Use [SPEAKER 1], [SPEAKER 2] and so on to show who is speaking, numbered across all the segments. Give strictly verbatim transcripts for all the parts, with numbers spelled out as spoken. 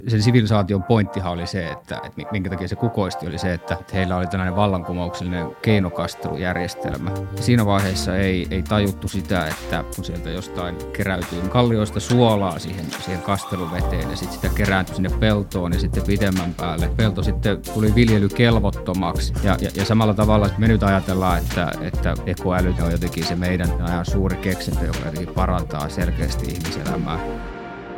[SPEAKER 1] Sen sivilisaation pointtihan oli se, että, että minkä takia se kukoisti, oli se, että heillä oli tällainen vallankumouksellinen keinokastelujärjestelmä. Siinä vaiheessa ei, ei tajuttu sitä, että kun sieltä jostain keräytyy kallioista suolaa siihen, siihen kasteluveteen ja sitten sitä kerääntyi sinne peltoon ja sitten pidemmän päälle pelto sitten tuli viljelykelvottomaksi. Ja, ja, ja samalla tavalla me nyt ajatellaan, että, että tekoäly on jotenkin se meidän ajan suuri keksintö, joka jotenkin parantaa selkeästi ihmiselämää.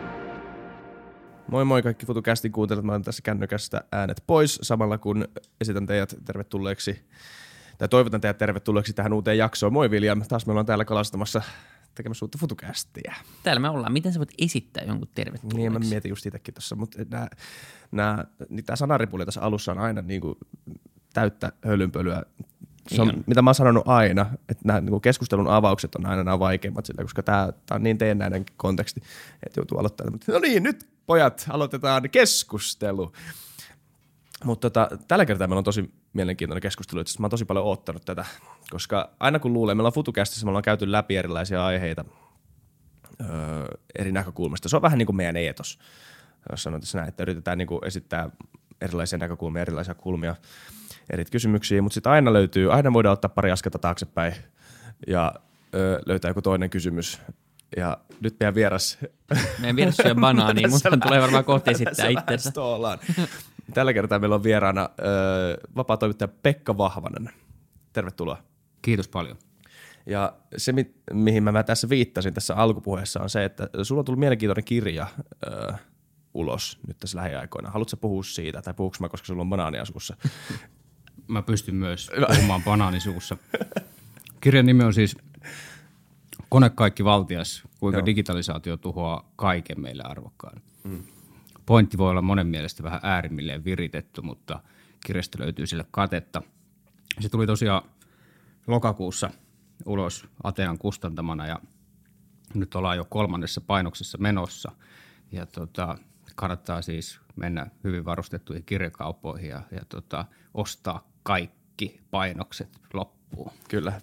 [SPEAKER 2] Moi moi kaikki FutuCastin kuuntelijat, mä olen tässä kännykästä äänet pois samalla kun esitän teidät tervetulleeksi, tai toivotan teidät tervetulleeksi tähän uuteen jaksoon. Moi William, taas me ollaan täällä kalastamassa tekemässä uutta FutuCastia.
[SPEAKER 3] Täällä me ollaan. Miten sä voit esittää jonkun tervetulleeksi?
[SPEAKER 2] Niin, mä mietin just itsekin tossa, mutta nää, nää, niin tää sanaripuli tässä alussa on aina niinku täyttä hölynpölyä. Se on, mitä mä oon sanonut aina, että nämä niin keskustelun avaukset on aina nämä vaikeimmat sillä, koska tämä on niin teennäinen konteksti, että joutuu aloittamaan. No niin, nyt pojat, aloitetaan keskustelu. Mutta tota, tällä kertaa meillä on tosi mielenkiintoinen keskustelu, että mä oon tosi paljon oottanut tätä, koska aina kun luulee, meillä on FutuCastissa, me ollaan käyty läpi erilaisia aiheita öö, eri näkökulmista. Se on vähän niin kuin meidän eetos, jos sanotaan näin, että yritetään niin kuin esittää erilaisia näkökulmia, erilaisia kulmia eri kysymyksiä, mutta sitten aina löytyy, aina voidaan ottaa pari askelta taaksepäin ja ö, löytää joku toinen kysymys. Ja nyt meidän vieras...
[SPEAKER 3] Meidän vieras syö banaania, mutta hän tulee varmaan kohta esittää itsensä.
[SPEAKER 2] Tällä kertaa meillä on vieraana ö, vapaa-toimittaja Pekka Vahvanen. Tervetuloa.
[SPEAKER 1] Kiitos paljon.
[SPEAKER 2] Ja se, mi- mihin mä tässä viittasin tässä alkupuheessa on se, että sulla on tullut mielenkiintoinen kirja ö, ulos nyt tässä lähiaikoina. Haluatko puhua siitä, tai puhuuko mä, koska sulla on banaania suussa?
[SPEAKER 1] Mä pystyn myös puhumaan banaanisuussa. Kirjan nimi on siis Kone kaikki valtias, kuinka Joo. digitalisaatio tuhoaa kaiken meille arvokkaan. Mm. Pointti voi olla monen mielestä vähän äärimmilleen viritetty, mutta kirjasta löytyy sille katetta. Se tuli tosiaan lokakuussa ulos Atenan kustantamana ja nyt ollaan jo kolmannessa painoksessa menossa. Ja tota, kannattaa siis mennä hyvin varustettuihin kirjakauppoihin ja, ja tota, ostaa kaikki painokset loppuun.
[SPEAKER 2] Kyllä.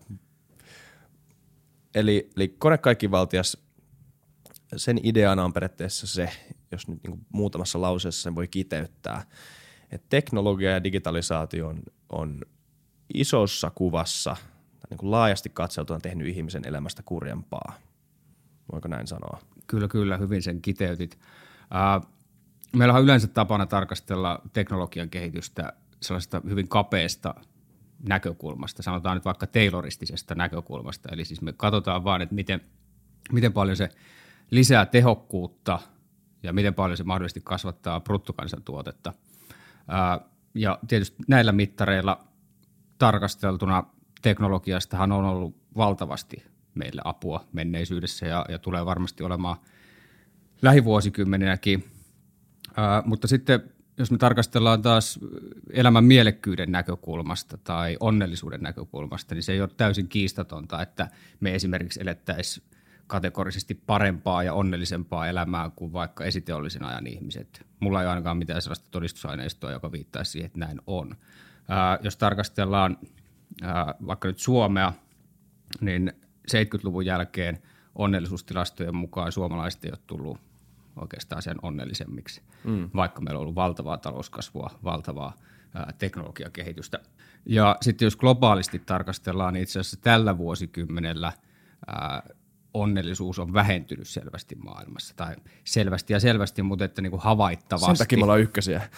[SPEAKER 2] Eli, eli Kone kaikki valtias, sen ideana on periaatteessa se, jos nyt niin kuin muutamassa lauseessa sen voi kiteyttää, että teknologia ja digitalisaatio on, on isossa kuvassa niin kuin laajasti katseltuna tehnyt ihmisen elämästä kurjempaa. Voiko näin sanoa?
[SPEAKER 1] Kyllä, kyllä. Hyvin sen kiteytit. Uh, meillä on yleensä tapana tarkastella teknologian kehitystä sellaisesta hyvin kapeasta näkökulmasta, sanotaan nyt vaikka tayloristisesta näkökulmasta. Eli siis me katsotaan vaan, että miten, miten paljon se lisää tehokkuutta ja miten paljon se mahdollisesti kasvattaa bruttokansantuotetta. Uh, ja tietysti näillä mittareilla tarkasteltuna teknologiastahan on ollut valtavasti meille apua menneisyydessä ja, ja tulee varmasti olemaan lähivuosikymmeninäkin, uh, mutta sitten jos me tarkastellaan taas elämän mielekkyyden näkökulmasta tai onnellisuuden näkökulmasta, niin se ei ole täysin kiistatonta, että me esimerkiksi elettäisiin kategorisesti parempaa ja onnellisempaa elämää kuin vaikka esiteollisen ajan ihmiset. Mulla ei ainakaan mitään sellaista todistusaineistoa, joka viittaisi siihen, että näin on. Ää, jos tarkastellaan ää, vaikka nyt Suomea, niin seitsemänkymmentäluvun jälkeen onnellisuustilastojen mukaan suomalaiset ei ole tullut oikeastaan sen onnellisemmiksi, mm. vaikka meillä on ollut valtavaa talouskasvua, valtavaa ää, teknologiakehitystä. Ja sitten jos globaalisti tarkastellaan, niin itse asiassa tällä vuosikymmenellä ää, onnellisuus on vähentynyt selvästi maailmassa, tai selvästi ja selvästi, mutta että niin kuin havaittavasti.
[SPEAKER 2] Sen takia me ollaan ykkösiä.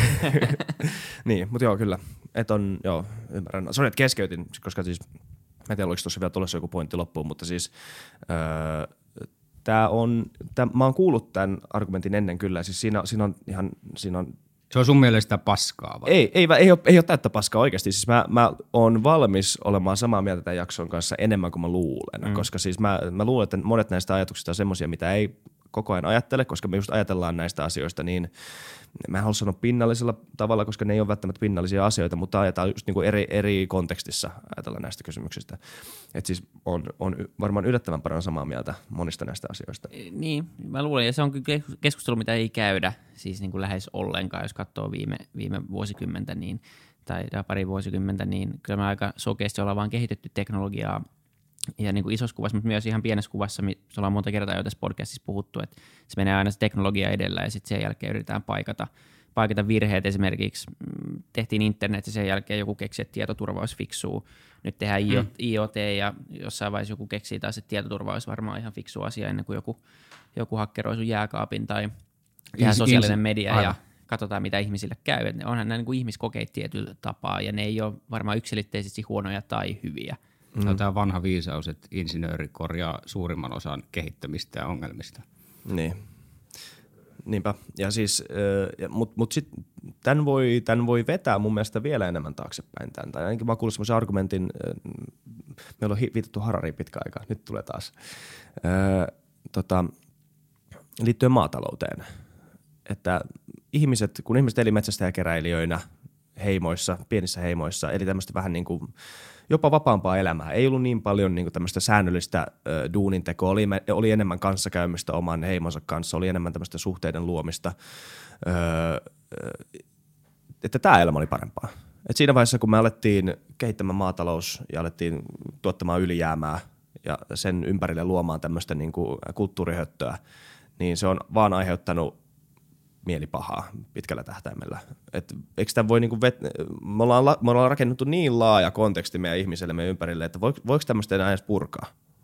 [SPEAKER 2] Niin, mutta joo, kyllä. Et on, joo, ymmärrän. Sori, että keskeytin, koska siis, mä en tiedä, oliko tuossa vielä tulossa joku pointti loppuun, mutta siis öö, tää on, tää, mä oon kuullut tämän argumentin ennen kyllä, siis siinä, siinä on ihan, siinä on
[SPEAKER 1] se on sun mielestä paskaa vai?
[SPEAKER 2] Ei, ei, ei, ole, ei ole täyttä paskaa oikeasti. Siis mä, mä oon valmis olemaan samaa mieltä tämän jakson kanssa enemmän kuin mä luulen. Mm. Koska siis mä, mä luulen, että monet näistä ajatuksista on semmoisia, mitä ei koko ajan ajattele, koska me just ajatellaan näistä asioista niin, mä en halua sanoa pinnallisella tavalla, koska ne ei ole välttämättä pinnallisia asioita, mutta ajatellaan just niin kuin eri, eri kontekstissa ajatella näistä kysymyksistä. Että siis on, on varmaan yllättävän paljon samaa mieltä monista näistä asioista.
[SPEAKER 3] Niin, mä luulen, ja se on kyllä keskustelu, mitä ei käydä, siis niin kuin lähes ollenkaan, jos katsoo viime, viime vuosikymmentä niin, tai pari vuosikymmentä, niin kyllä me aika sokeasti ollaan vaan kehitetty teknologiaa ja niin kuin isossa kuvassa, mutta myös ihan pienessä kuvassa, me ollaan monta kertaa jo tässä podcastissa puhuttu, että se menee aina se teknologia edellä ja sitten sen jälkeen yritetään paikata, paikata virheet. Esimerkiksi tehtiin internet ja sen jälkeen joku keksi, että tietoturva olisi fiksua. Nyt tehdään mm. I O T ja jossain vaiheessa joku keksii taas, että tietoturva olisi varmaan ihan fiksu asia ennen kuin joku, joku hakkeroi sun jääkaapin tai tehdään sosiaalinen media aivan. Ja katsotaan, mitä ihmisille käy. Et onhan nämä niin kuin ihmiskokeet tietyllä tapaa ja ne ei ole varmaan yksilitteisesti huonoja tai hyviä.
[SPEAKER 1] Mm. Se on tämä vanha viisaus, että insinööri korjaa suurimman osan kehittämistä ja ongelmista.
[SPEAKER 2] Niin. Niinpä. Ja siis, äh, mutta mut sitten tämän voi, tämän voi vetää mun mielestä vielä enemmän taaksepäin tämän. Tai ainakin mä oon kuullut semmoisen argumentin, äh, meillä on viitattu Harariin pitkä aikaa, nyt tulee taas, äh, tota, liittyen maatalouteen. Että ihmiset, kun ihmiset eli metsästäjäkeräilijöinä heimoissa, pienissä heimoissa, eli tämmöistä vähän niin kuin jopa vapaampaa elämää. Ei ollut niin paljon niin kuin tämmöistä säännöllistä ö, duunintekoa, oli, oli enemmän kanssakäymistä oman heimonsa kanssa, oli enemmän tämmöistä suhteiden luomista, öö, että tämä elämä oli parempaa. Et siinä vaiheessa, kun me alettiin kehittämään maatalous ja alettiin tuottamaan ylijäämää ja sen ympärille luomaan tämmöistä niin kuin kulttuurihöttöä, niin se on vaan aiheuttanut mielipahaa pitkällä tähtäimellä. Et eikö tämä voi niinku vet- me, ollaan la- me ollaan rakennettu niin laaja konteksti meidän ihmiselle meidän ympärille, että voiko, voiko tämmöistä enää edes purkaa?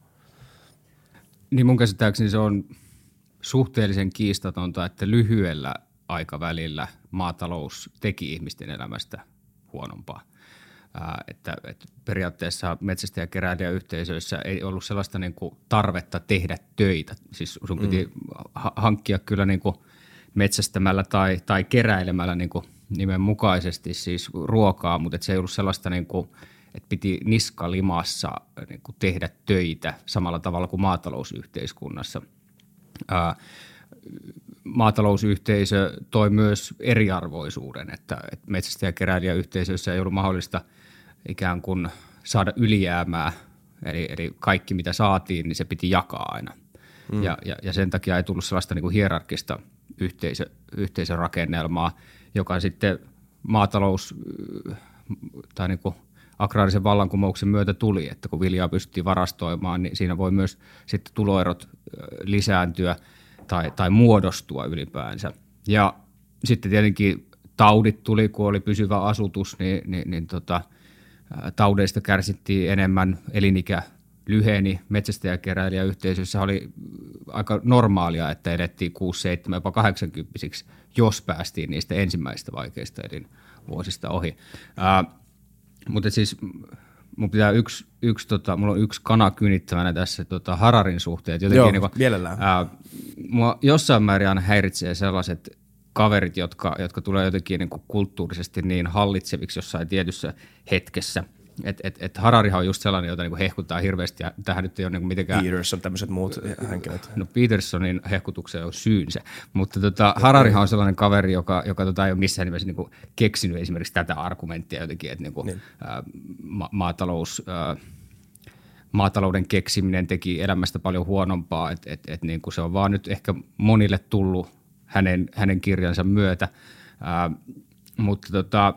[SPEAKER 1] Niin mun käsittääkseni se on suhteellisen kiistatonta, että lyhyellä aikavälillä maatalous teki ihmisten elämästä huonompaa. Ää, että, että periaatteessa metsästäjäkeräilijäyhteisöissä ei ollut sellaista niinku tarvetta tehdä töitä. Siis sun piti mm. ha- hankkia kyllä niinku metsästämällä tai, tai keräilemällä niin kuin nimenmukaisesti siis ruokaa, mutta se ei ollut sellaista, niin kuin, että piti niska limassa niin kuin tehdä töitä samalla tavalla kuin maatalousyhteiskunnassa. Ää, maatalousyhteisö toi myös eriarvoisuuden, että, että metsästäjäkeräilijäyhteisöissä ei ollut mahdollista ikään kuin saada ylijäämää, eli, eli kaikki mitä saatiin, niin se piti jakaa aina. Mm. Ja, ja, ja sen takia ei tullut sellaista niin kuin hierarkista Yhteisö, yhteisörakennelmaa, joka sitten maatalous tai niin kuin agraarisen vallankumouksen myötä tuli, että kun viljaa pystyttiin varastoimaan, niin siinä voi myös sitten tuloerot lisääntyä tai, tai muodostua ylipäänsä. Ja sitten tietenkin taudit tuli, kun oli pysyvä asutus, niin, niin, niin tota, taudeista kärsittiin enemmän, elinikä lyheni. Metsästäjäkeräilijäyhteisössä oli aika normaalia, että elettiin kuusi, seitsemän, jopa kahdeksankymppisiksi, jos päästiin niistä ensimmäisistä vaikeista elinvuosista ohi. Ää, mutta siis mun pitää yksi, yksi tota, mulla on yksi kana kynittävänä tässä tota, Hararin suhteen.
[SPEAKER 2] Joo,
[SPEAKER 1] niin kuin,
[SPEAKER 2] mielellään.
[SPEAKER 1] Ää, mua jossain määrin aina häiritsee sellaiset kaverit, jotka, jotka tulee jotenkin niin kuin kulttuurisesti niin hallitseviksi jossain tietyssä hetkessä. Et, et, et Hararihan on just sellainen, jota niinku hehkuttaa hirveästi, ja tähän nyt ei ole niinku mitenkään...
[SPEAKER 2] Peterson, tämmöiset muut henkilöt.
[SPEAKER 1] No Petersonin hehkutukseen on syynsä, mutta tota, Hararihan on sellainen kaveri, joka, joka tota, ei ole missään nimessä niinku keksinyt esimerkiksi tätä argumenttia jotenkin, että niinku, niin. ä, ma- maatalous... Ä, maatalouden keksiminen teki elämästä paljon huonompaa, että et, et niinku se on vaan nyt ehkä monille tullut hänen, hänen kirjansa myötä, ä, mutta tota...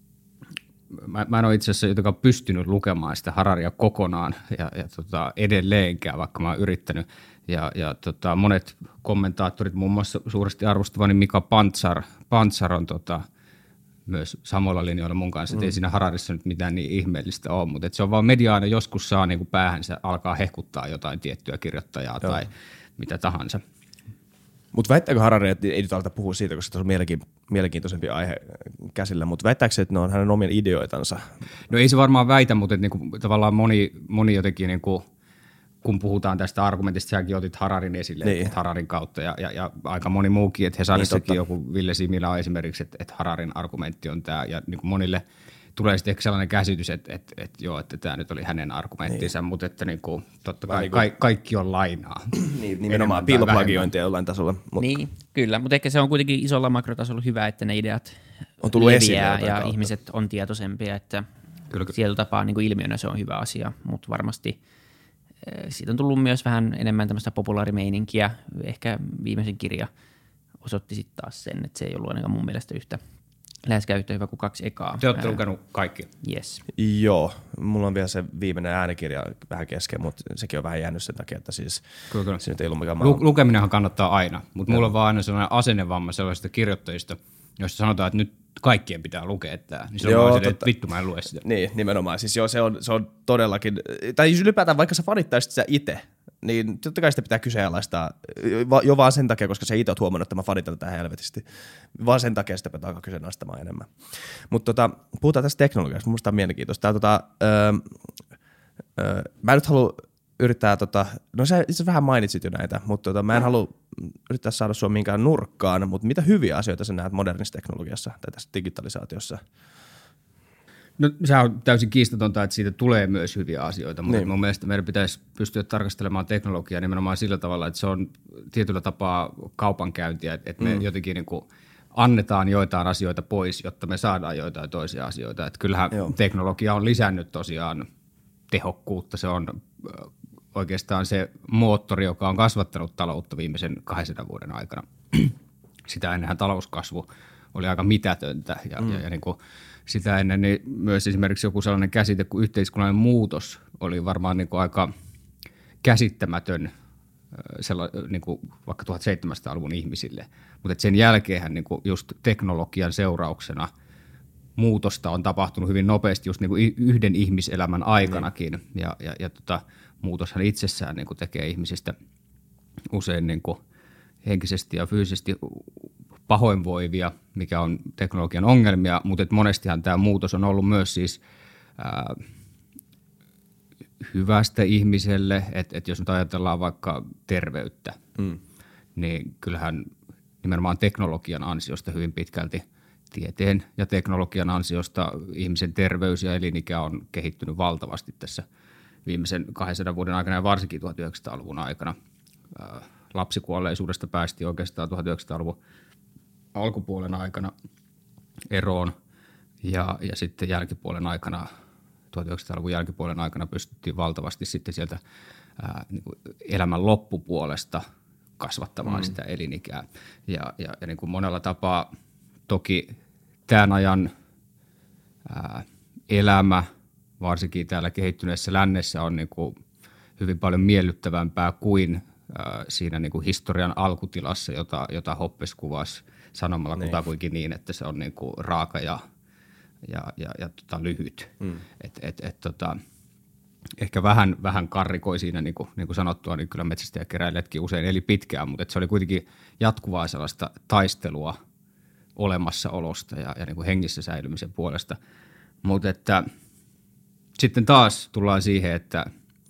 [SPEAKER 1] Mä, mä en ole itse asiassa jotenkaan pystynyt lukemaan sitä Hararia kokonaan ja, ja tota, edelleenkään, vaikka mä oon yrittänyt. Ja, ja tota, monet kommentaattorit, muun muassa suuresti arvostavani Mika Pantsar, Pantsar on tota, myös samoilla linjoilla mun kanssa, että mm. ei siinä Hararissa nyt mitään niin ihmeellistä ole, mutta se on vaan media aina joskus saa niin kuin päähänsä alkaa hehkuttaa jotain tiettyä kirjoittajaa Joo. tai mitä tahansa.
[SPEAKER 2] Mutta väittääkö Harari, että ei nyt aleta puhua siitä, koska se on mielenkiintoisempi aihe käsillä, mutta väittääkö se, että ne on hänen omien ideoitansa? No
[SPEAKER 1] ei se varmaan väitä, mutta niinku, tavallaan moni, moni jotenkin, niinku, kun puhutaan tästä argumentista, säkin otit Hararin esille niin. Hararin kautta ja, ja, ja aika moni muukin, että Hesarissakin niin, joku Ville Similä on esimerkiksi, että, että Hararin argumentti on tämä ja niinku monille tulee sitten ehkä sellainen käsitys, että, että, että joo, että tämä nyt oli hänen argumenttinsa, niin. mutta että niin kuin, totta kai niin kuin, kaikki on lainaa.
[SPEAKER 2] Niin, nimenomaan piiloplagiointia jollain tasolla.
[SPEAKER 3] Mutta. Niin, kyllä, mutta ehkä se on kuitenkin isolla makrotasolla hyvä, että ne ideat
[SPEAKER 2] on tullut
[SPEAKER 3] leviää ja kautta. Ihmiset on tietoisempia, että kyllä. Sieltä tapaa niin kuin ilmiönä se on hyvä asia, mutta varmasti siitä on tullut myös vähän enemmän tämmöistä populaarimeininkiä. Ehkä viimeisen kirja osoitti sitten taas sen, että se ei ollut ainakaan mun mielestä yhtä läheskään yhtä hyvä kuin kaksi ekaa.
[SPEAKER 1] Te olette lukenut kaikki?
[SPEAKER 3] Yes.
[SPEAKER 2] Joo, mulla on vielä se viimeinen äänikirja vähän kesken, mutta sekin on vähän jäänyt sen takia, että siis
[SPEAKER 1] kyllä, kyllä.
[SPEAKER 2] se nyt ei ollut mikään
[SPEAKER 1] Lu- Lukeminenhan kannattaa aina, mutta mulla on vaan aina sellainen asennevamma sellaisista kirjoittajista, joista sanotaan, että nyt kaikkien pitää lukea tämä. Niin se on vaan että vittu mä en lue sitä.
[SPEAKER 2] Niin, nimenomaan. Siis joo, se on, se on todellakin, tai ylipäätään vaikka sä fanittaisit sitä itse, niin totta kai sitä pitää kyseenalaistaa jo vaan sen takia, koska sä itse oot huomannut, että mä fanitan tätä helvetisti. Vaan sen takia sitä pitää alkaa kyseenalaistamaan enemmän. Mutta tota, puhutaan tästä teknologiasta, musta on mielenkiintoista. Tää, tota, öö, öö, mä en nyt halua yrittää, tota, no sä itse vähän mainitsit jo näitä, mutta tota, mä en halua yrittää saada sua minkään nurkkaan, mutta mitä hyviä asioita sä näet modernissa teknologiassa tai tässä digitalisaatiossa?
[SPEAKER 1] No sehän on täysin kiistatonta, että siitä tulee myös hyviä asioita, mutta
[SPEAKER 2] niin.
[SPEAKER 1] mun mielestä meidän pitäisi pystyä tarkastelemaan teknologiaa nimenomaan sillä tavalla, että se on tietyllä tapaa kaupankäyntiä, että me mm. jotenkin niin kuin annetaan joitain asioita pois, jotta me saadaan joitain toisia asioita. Että kyllähän Joo. teknologia on lisännyt tosiaan tehokkuutta, se on oikeastaan se moottori, joka on kasvattanut taloutta viimeisen kahdensadan vuoden aikana. Sitä ennenhän talouskasvu oli aika mitätöntä ja, mm. ja, ja niin kuin sitä ennen niin myös esimerkiksi joku sellainen käsite kuin yhteiskunnallinen muutos oli varmaan niin kuin aika käsittämätön niin kuin vaikka tuhatseitsemänsataaluvun ihmisille, mutta sen jälkeenhän niin kuin just teknologian seurauksena muutosta on tapahtunut hyvin nopeasti just niin kuin yhden ihmiselämän aikanakin mm. ja, ja, ja tota, muutoshan itsessään niin kuin tekee ihmisistä usein niin kuin henkisesti ja fyysisesti pahoinvoivia, mikä on teknologian ongelmia, mutta monestihan tämä muutos on ollut myös siis ää, hyvästä ihmiselle, että et jos nyt ajatellaan vaikka terveyttä, mm. niin kyllähän nimenomaan teknologian ansiosta hyvin pitkälti tieteen ja teknologian ansiosta ihmisen terveys ja elinikä on kehittynyt valtavasti tässä viimeisen kahdensadan vuoden aikana ja varsinkin tuhatyhdeksänsataaluvun aikana. Ää, lapsikuolleisuudesta päästiin oikeastaan tuhatyhdeksänsataaluvun alkupuolen aikana eroon ja, ja sitten jälkipuolen aikana, tuhatyhdeksänsataaluvun jälkipuolen aikana pystyttiin valtavasti sitten sieltä ää, niin kuin elämän loppupuolesta kasvattamaan mm. sitä elinikää. Ja, ja, ja niin kuin monella tapaa toki tämän ajan ää, elämä, varsinkin täällä kehittyneessä lännessä, on niin kuin hyvin paljon miellyttävämpää kuin ää, siinä niin kuin historian alkutilassa, jota, jota Hoppes kuvasi sanomalla niin. kutakuinkin niin, että se on niin kuin raaka ja, ja, ja, ja tota, lyhyt. Mm. Et, et, et, tota, ehkä vähän, vähän karrikoi siinä, niin kuin, niin kuin sanottua, niin kyllä metsästäjäkeräilijätkin usein eli pitkään, mutta se oli kuitenkin jatkuvaa sellaista taistelua olemassaolosta ja, ja niin kuin hengissä säilymisen puolesta. Mutta että sitten taas tullaan siihen, että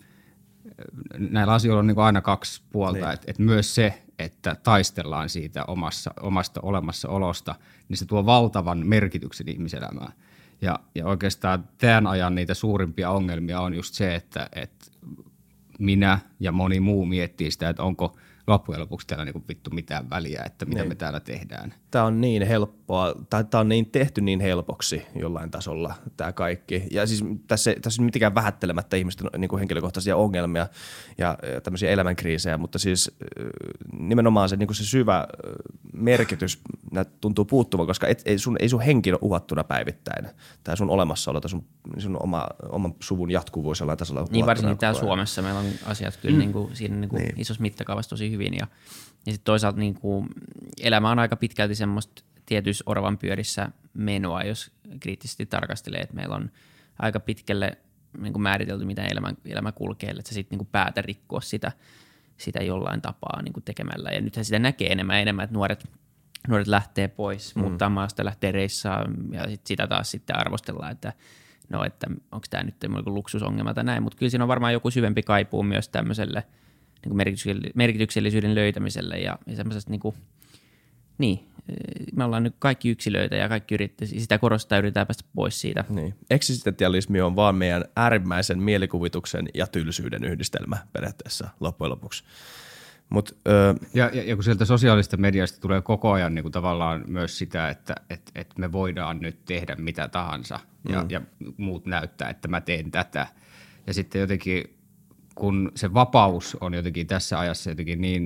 [SPEAKER 1] näillä asioilla on niin kuin aina kaksi puolta, niin. että et myös se, että taistellaan siitä omassa, omasta olemassaolosta, niin se tuo valtavan merkityksen ihmiselämään. Ja, ja oikeastaan tämän ajan niitä suurimpia ongelmia on just se, että, että minä ja moni muu miettii sitä, että onko loppujen lopuksi täällä niin kuin vittu mitään väliä, että mitä niin. me täällä tehdään.
[SPEAKER 2] Tämä on niin helppoa, tai tämä on niin tehty niin helpoksi jollain tasolla tämä kaikki. Ja siis tässä, tässä ei mitenkään vähättelemättä ihmisten niin kuin henkilökohtaisia ongelmia ja, ja tämmöisiä elämänkriisejä, mutta siis nimenomaan se, niin kuin se syvä merkitys tuntuu puuttuvan, koska et, ei, sun, ei sun henki ole uhattuna päivittäin. Tämä sun olemassaolo tai sun, sun oma, oman suvun jatkuvuus jollain tasolla.
[SPEAKER 3] Niin varsinkin täällä Suomessa meillä on asiat kyllä mm. niin kuin, siinä niin kuin niin. isossa mittakaavassa tosi hyvin ja, ja sitten toisaalta niin kuin, elämä on aika pitkälti semmoista tietyissä orvan pyörissä menoa, jos kriittisesti tarkastelee, että meillä on aika pitkälle niin kuin määritelty, miten elämä, elämä kulkee, että sä sitten niin kuin päätä rikkoa sitä, sitä jollain tapaa niin kuin tekemällä. Ja nythän sitä näkee enemmän enemmän, että nuoret, nuoret lähtee pois, mm. muuttaa maasta, lähtee reissaan ja sit sitä taas sitten arvostellaan, että no, että onko tämä nyt luksusongelma tai näin, mutta kyllä siinä on varmaan joku syvempi kaipuu myös tämmöiselle niin merkityksellisyyden löytämiselle ja, ja semmoisesta niin kuin, niin, me ollaan nyt kaikki yksilöitä ja kaikki yrittää, sitä korostaa ja yritetään päästä pois siitä.
[SPEAKER 2] Niin. Eksistentialismi on vaan meidän äärimmäisen mielikuvituksen ja tylsyyden yhdistelmä periaatteessa loppujen lopuksi. Mut, öö,
[SPEAKER 1] ja, ja, ja kun sieltä sosiaalista mediasta tulee koko ajan niin kuin tavallaan myös sitä, että et, et me voidaan nyt tehdä mitä tahansa ja, mm. ja muut näyttää, että mä teen tätä. Ja sitten jotenkin kun se vapaus on jotenkin tässä ajassa jotenkin niin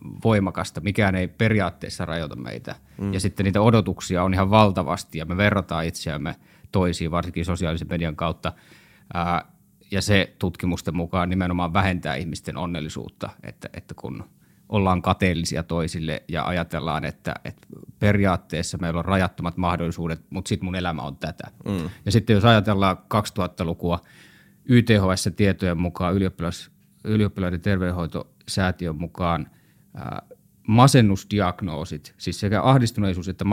[SPEAKER 1] voimakasta, mikään ei periaatteessa rajoita meitä. Mm. Ja sitten niitä odotuksia on ihan valtavasti ja me verrataan itseämme toisiin, varsinkin sosiaalisen median kautta. Ää, ja se tutkimusten mukaan nimenomaan vähentää ihmisten onnellisuutta, että, että kun ollaan kateellisia toisille ja ajatellaan, että, että periaatteessa meillä on rajattomat mahdollisuudet, mutta sitten mun elämä on tätä. Mm. Ja sitten jos ajatellaan kaksituhattalukua, Y T H S-tietojen mukaan, ylioppilas, ylioppilaiden terveydenhoitosäätiön mukaan ää, masennusdiagnoosit, siis sekä ahdistuneisuus että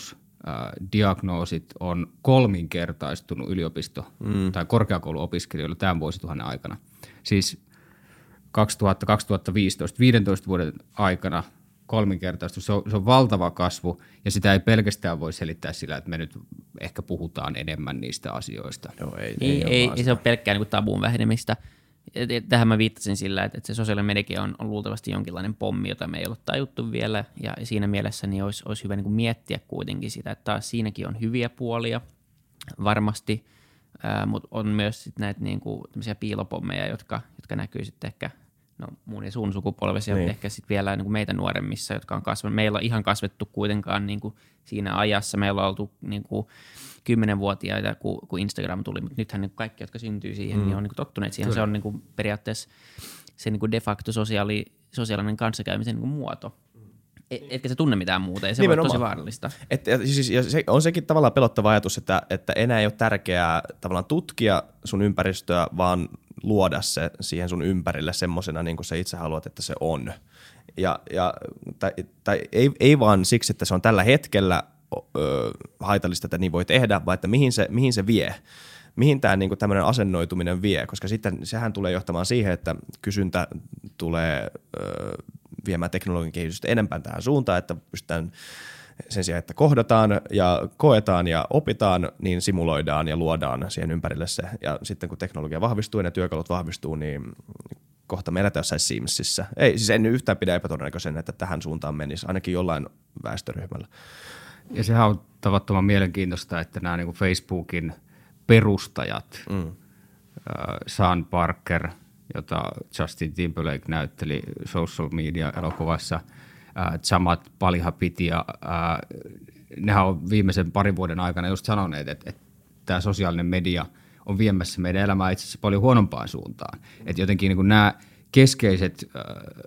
[SPEAKER 1] masennusdiagnoosit on kolminkertaistunut yliopisto- mm. tai korkeakouluopiskelijoilla tämän vuosituhannen aikana. Siis kaksituhatta kaksituhattaviisitoista, viidentoista vuoden aikana kolminkertaistunut. Se on, se on valtava kasvu ja sitä ei pelkästään voi selittää sillä, että me nyt ehkä puhutaan enemmän niistä asioista.
[SPEAKER 2] Joo, ei,
[SPEAKER 3] ei, ei, ei se ole pelkkää niin tabuun vähenemistä. Tähän mä viittasin sillä, että se sosiaalinen media on, on luultavasti jonkinlainen pommi, jota me ei ole tajuttu vielä, ja siinä mielessä niin olisi, olisi hyvä niin kuin miettiä kuitenkin sitä, että taas siinäkin on hyviä puolia varmasti, ää, mutta on myös sit näitä niin kuin piilopommeja, jotka, jotka näkyy sitten ehkä no, mun ja sun sukupolvessa ja niin. ehkä sitten vielä niin kuin meitä nuoremmissa, jotka on kasvanut. Meillä on ihan kasvettu kuitenkaan niin kuin siinä ajassa, meillä on oltu niin kuin kymmenvuotiaita, kun, kun Instagram tuli, mutta nythän niin kaikki, jotka syntyy siihen, mm. niin on niin kuin tottuneet siihen. Kyllä. Se on niin kuin periaatteessa se niin kuin de facto sosiaali, sosiaalinen kanssakäymisen niin kuin muoto. Et, etkä se tunne mitään muuta, ja se on tosi vaarallista. Et, ja,
[SPEAKER 2] siis, ja se, on sekin tavallaan pelottava ajatus, että, että enää ei ole tärkeää tavallaan tutkia sun ympäristöä, vaan luoda se siihen sun ympärille semmoisena, niin kuin sä itse haluat, että se on. Ja, ja, tai tai ei, ei vaan siksi, että se on tällä hetkellä ö, haitallista, että niin voi tehdä, vaan että mihin se, mihin se vie. Mihin tämä niinku tämmöinen asennoituminen vie, koska sitten sehän tulee johtamaan siihen, että kysyntä tulee ö, viemään teknologian kehitystä enempään tähän suuntaan, että pystytään sen sijaan, että kohdataan ja koetaan ja opitaan, niin simuloidaan ja luodaan siihen ympärille se. Ja sitten kun teknologia vahvistuu ja ne työkalut vahvistuu, niin kohta me eletään jossain Simsissä. Ei, siis en yhtään pidä epätodennäköisen, että tähän suuntaan menisi, ainakin jollain väestöryhmällä.
[SPEAKER 1] Ja sehän on tavattoman mielenkiintoista, että nämä niin kuin Facebookin perustajat, mm. Sean Parker, jota Justin Timberlake näytteli Social Media-elokuvassa, Jamaat Palihapiti, ja ää, nehän on viimeisen parin vuoden aikana just sanoneet, että, että tämä sosiaalinen media on viemässä meidän elämää itse asiassa paljon huonompaan suuntaan. Että jotenkin niin kuin nämä keskeiset ää,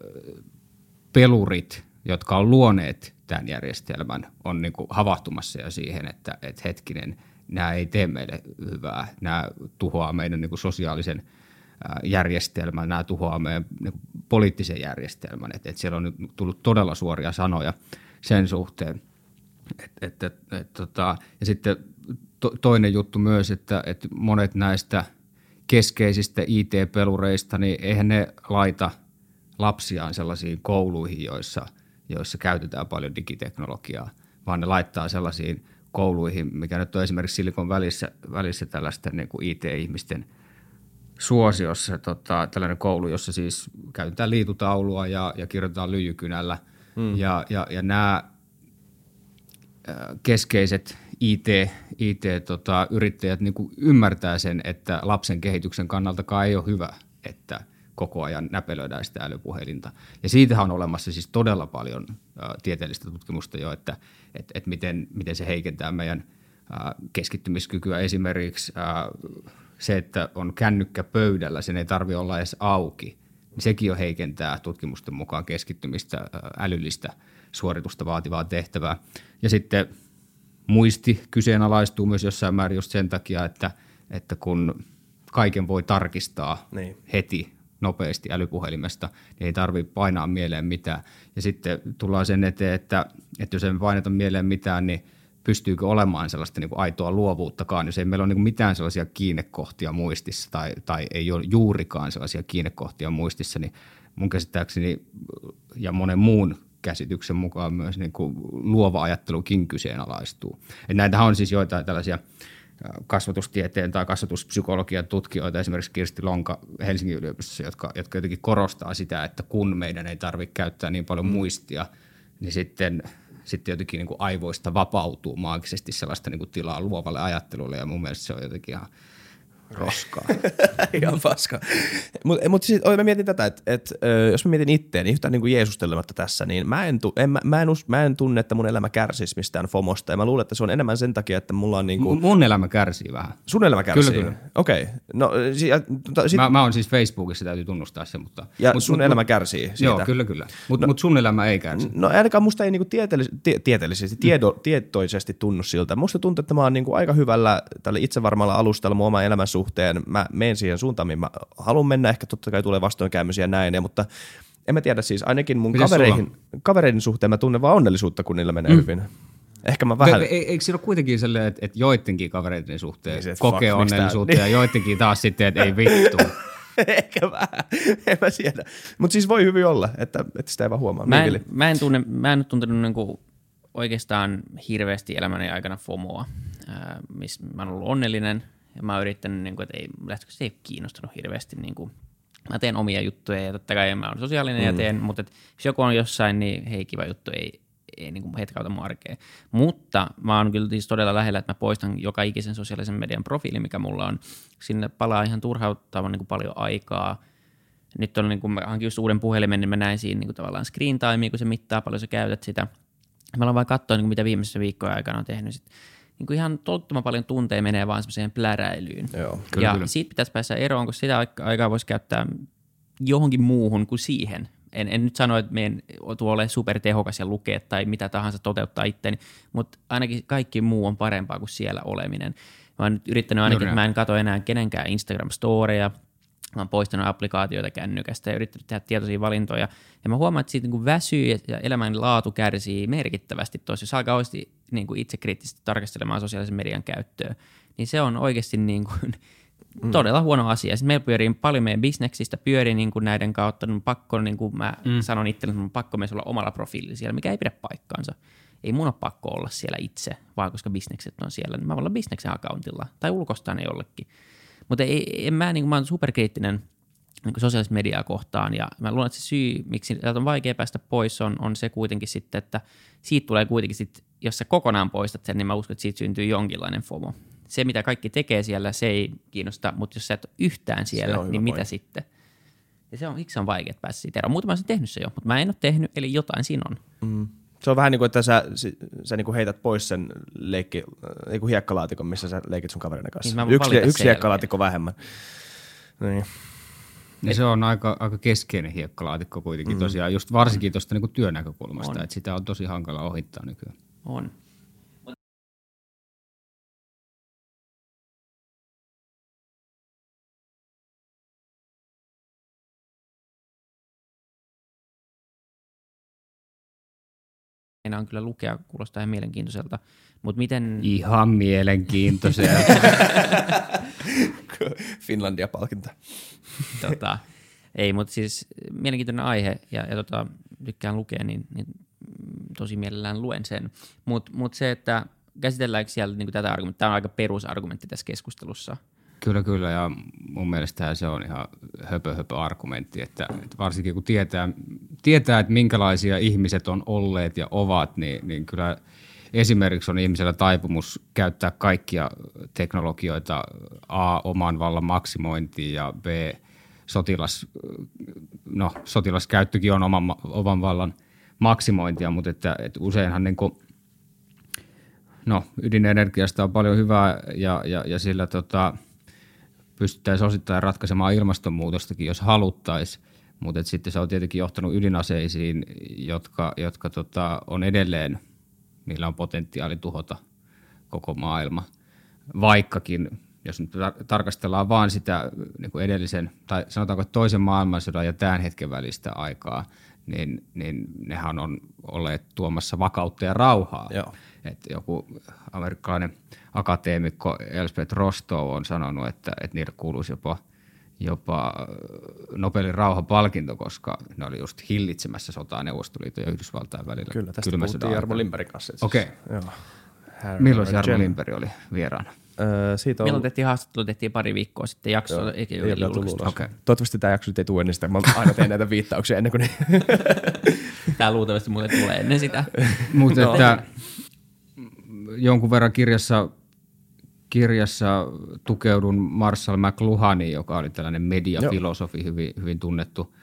[SPEAKER 1] pelurit, jotka on luoneet tämän järjestelmän, on niin kuin havahtumassa jo siihen, että, että hetkinen, nämä ei tee meille hyvää, nämä tuhoaa meidän niin kuin sosiaalisen järjestelmän, nämä tuhoaa meidän niin kuin poliittisen järjestelmän, että et siellä on nyt tullut todella suoria sanoja sen suhteen. Et, et, et, et, tota, ja sitten to, toinen juttu myös, että et monet näistä keskeisistä I T-pelureista, niin eihän ne laita lapsiaan sellaisiin kouluihin, joissa, joissa käytetään paljon digiteknologiaa, vaan ne laittaa sellaisiin kouluihin, mikä nyt on esimerkiksi Silikon välissä, välissä tällaisten niin kuin I T-ihmisten suosiossa, tota, tällainen koulu, jossa siis käytetään liitutaulua ja, ja kirjoitetaan lyijykynällä. Mm. Ja, ja, ja nämä äh, keskeiset I T, I T, tota, yrittäjät niin kuin ymmärtää sen, että lapsen kehityksen kannaltakaan ei ole hyvä, että koko ajan näpelöidään sitä älypuhelinta. Ja siitähän on olemassa siis todella paljon äh, tieteellistä tutkimusta jo, että et, et miten, miten se heikentää meidän äh, keskittymiskykyä. Esimerkiksi äh, se, että on kännykkä pöydällä, sen ei tarvitse olla edes auki, niin sekin jo heikentää tutkimusten mukaan keskittymistä, äh, älyllistä suoritusta vaativaa tehtävää. Ja sitten muisti kyseenalaistuu myös jossain määrin just sen takia, että, että kun kaiken voi tarkistaa niin heti nopeasti älypuhelimesta, niin ei tarvitse painaa mieleen mitään. Ja sitten tullaan sen eteen, että, että jos ei paineta mieleen mitään, niin pystyykö olemaan sellaista niin kuin aitoa luovuuttakaan, jos ei meillä ole niin kuin mitään sellaisia kiinnekohtia muistissa tai, tai ei ole juurikaan sellaisia kiinnekohtia muistissa, niin mun käsittääkseni ja monen muun käsityksen mukaan myös niin kuin luova ajattelukin kyseenalaistuu. Että näitähän on siis joitain tällaisia kasvatustieteen tai kasvatuspsykologian tutkijoita, esimerkiksi Kirsti Lonka Helsingin yliopistossa, jotka, jotka jotenkin korostaa sitä, että kun meidän ei tarvitse käyttää niin paljon muistia, niin sitten, sitten jotenkin niin kuin aivoista vapautuu maagisesti sellaista niin kuin tilaa luovalle ajattelulle, ja mun mielestä se on jotenkin ihan
[SPEAKER 2] Roskaa. Ihan paska. Mutta mut siis mä mietin tätä, että et, jos mä mietin itteeni yhtään niin kuin jeesustelematta tässä, niin mä en, tu, en, mä, mä, en us, mä en tunne, että mun elämä kärsisi mistään FOMosta. Ja mä luulen, että se on enemmän sen takia, että mulla on niin kuin...
[SPEAKER 1] Mun elämä kärsii vähän.
[SPEAKER 2] Sun elämä kärsii?
[SPEAKER 1] Kyllä, kyllä.
[SPEAKER 2] Okei. Okay. No, si, to, sit...
[SPEAKER 1] mä, mä oon siis Facebookissa, täytyy tunnustaa se, mutta...
[SPEAKER 2] Ja
[SPEAKER 1] mut,
[SPEAKER 2] sun
[SPEAKER 1] mut,
[SPEAKER 2] elämä
[SPEAKER 1] mut,
[SPEAKER 2] kärsii siitä?
[SPEAKER 1] Joo, kyllä, kyllä. Mutta
[SPEAKER 2] no,
[SPEAKER 1] mut sun elämä ei kärsi.
[SPEAKER 2] No ainakaan musta ei niinku tieteellis, tie, tieteellisesti, tiedo, mm. tietoisesti tunnu siltä. Musta tuntuu, että mä oon niinku aika hyvällä tällä itsevarmalla alustalla mun oman elämän suhteen. Mä menen siihen suuntaan, mihin mä haluan mennä. Ehkä totta kai tulee vastoinkäymisiä ja näin, ja, mutta en mä tiedä siis. Ainakin mun kavereihin, kavereiden suhteen mä tunnen vaan onnellisuutta, kun niillä menee mm. hyvin. Ehkä mä vähän...
[SPEAKER 1] E- e- eikö siinä ole kuitenkin sellainen, että, että joidenkin kavereiden suhteen
[SPEAKER 2] niin
[SPEAKER 1] kokee fuck, onnellisuutta ja joidenkin taas sitten, että ei vittu.
[SPEAKER 2] Ehkä vähän, en mä tiedä. Mutta siis voi hyvin olla, että, että sitä ei vaan huomaa.
[SPEAKER 3] Mä en, mä en, tunne, mä en tuntenut niinku oikeastaan hirveästi elämäni aikana FOMOa, äh, missä mä oon ollut onnellinen ja mä oon yrittänyt, niinku, että ei, se ei kiinnostanut hirveästi. Niinku. Mä teen omia juttuja ja totta kai mä oon sosiaalinen mm. ja teen, mutta et, jos joku on jossain, niin hei kiva juttu, ei, ei niin kuin hetkauta mun arkea. Mutta mä oon kyllä siis todella lähellä, että mä poistan joka ikisen sosiaalisen median profiili, mikä mulla on. Sinne palaa ihan turhauttavan niin kuin paljon aikaa. Nyt on, niin kuin mä hankin just uuden puhelimen, niin mä näin siinä niin kuin tavallaan screen timea, kun se mittaa paljon sä käytät sitä. Mä aloin vaan katsoa, niin kuin mitä viimeisessä viikkojen aikana on tehnyt. Sit, niin kuin ihan tolttoman paljon tunteja menee vaan semmoiseen pläräilyyn.
[SPEAKER 2] Joo, kyllä,
[SPEAKER 3] ja
[SPEAKER 2] kyllä.
[SPEAKER 3] siitä pitäisi päästä eroon, kun sitä aikaa voisi käyttää johonkin muuhun kuin siihen. En, en nyt sano, että meidän tuo ole supertehokas ja lukea tai mitä tahansa toteuttaa itteeni, mutta ainakin kaikki muu on parempaa kuin siellä oleminen. Mä oon nyt yrittänyt ainakin, että mä en katso enää kenenkään Instagram-storeja, mä oon poistanut applikaatioita kännykästä ja yrittänyt tehdä tietoisia valintoja. Ja mä huomaan, että siitä niin kuin väsyy ja elämän laatu kärsii merkittävästi tuossa. Jos alkaa oikeasti niin kuin itsekriittisesti tarkastelemaan sosiaalisen median käyttöä, niin se on oikeasti niin kuin Mm. todella huono asia. Sitten meillä pyörii paljon meidän bisneksistä, pyörii niin kuin näiden kautta. Niin pakko, niin kuin mä mm. sanon itselleni, että pakko myös olla omalla profiililla siellä, mikä ei pidä paikkaansa. Ei mun ole pakko olla siellä itse, vaan koska bisnekset on siellä. Niin mä voin olla bisneksen accountilla tai ulkoistaa ne jollekin. Mutta ei, en mä, niin kuin, mä oon superkriittinen niin kuin sosiaalista mediaa kohtaan. Ja mä luulen, että se syy, miksi täältä on vaikea päästä pois, on, on se kuitenkin sitten, että siitä tulee kuitenkin sitten, jos sä kokonaan poistat sen, niin mä uskon, että siitä syntyy jonkinlainen FOMO. Se, mitä kaikki tekee siellä, se ei kiinnosta, mutta jos sä et ole yhtään siellä, niin mitä point. Sitten? Ja se on, miksi se on vaikea päästä siitä eroon. Muutama olen tehnyt se jo, mutta mä en ole tehnyt, eli jotain siinä on. Mm.
[SPEAKER 2] Se on vähän niin kuin, että sä, sä niin kuin heität pois sen leikki, niin kuin hiekkalaatikon, missä sä leikit sun kaverin kanssa. Niin, yksi yksi hiekkalaatikko vähemmän. Niin.
[SPEAKER 1] Ja se on aika, aika keskeinen hiekkalaatikko kuitenkin mm. tosiaan, just varsinkin tuosta niin kuin työnäkökulmasta, että sitä on tosi hankala ohittaa nykyään.
[SPEAKER 3] On. Meidän on kyllä lukea, kuulostaa ihan mielenkiintoiselta, mutta miten...
[SPEAKER 1] Ihan mielenkiintoiselta.
[SPEAKER 2] Finlandia-palkinta.
[SPEAKER 3] Tota, ei, mutta siis mielenkiintoinen aihe ja, ja tota, tykkään lukea, niin, niin tosi mielellään luen sen. Mutta mut se, että käsitelläänkö siellä niin tätä argumenttia, tämä on aika perusargumentti tässä keskustelussa.
[SPEAKER 1] Kyllä, kyllä, ja mun mielestä se on ihan höpö, höpö argumentti, että, että varsinkin kun tietää, tietää, että minkälaisia ihmiset on olleet ja ovat, niin, niin kyllä esimerkiksi on ihmisellä taipumus käyttää kaikkia teknologioita A, oman vallan maksimointiin ja B, sotilas, no, sotilaskäyttökin on oman, oman vallan maksimointia, mutta että, että useinhan niin kuin, no, ydinenergiasta on paljon hyvää ja, ja, ja sillä tota, pystyttäisiin osittain ratkaisemaan ilmastonmuutostakin, jos haluttaisiin, mutta sitten se on tietenkin johtanut ydinaseisiin, jotka, jotka tota, on edelleen, niillä on potentiaali tuhota koko maailma, vaikkakin, jos nyt tarkastellaan vaan sitä niin kuin edellisen, tai sanotaanko toisen maailmansodan ja tämän hetken välistä aikaa, niin, niin nehän on olleet tuomassa vakautta ja rauhaa. Joo. Että joku amerikkalainen akateemikko Elspeth Rostow on sanonut, että, että niille kuuluisi jopa, jopa Nobelin rauhanpalkinto, koska ne oli just hillitsemässä sotaa Neuvostoliiton ja Yhdysvaltain välillä.
[SPEAKER 2] Kyllä, tästä puhuttiin Jarmo Lindbergin kanssa.
[SPEAKER 1] Okei. Okay. Milloin Jarmo Lindberg oli vieraana?
[SPEAKER 2] Öö, siitä on...
[SPEAKER 3] Milloin tehtiin haastattelu, tehtiin pari viikkoa sitten jakso. Joo,
[SPEAKER 2] ei, ei ole tullut ulos.
[SPEAKER 1] Okay.
[SPEAKER 2] Toivottavasti tämä jakso ei tule ennen sitä. Mä aina teen näitä viittauksia ennen kuin ne...
[SPEAKER 3] Tämä luultavasti muuten tulee ennen sitä.
[SPEAKER 1] Mutta no. Että jonkun verran kirjassa kirjassa tukeudun Marshall McLuhaniin, joka oli tällainen mediafilosofi, hyvin, hyvin tunnettu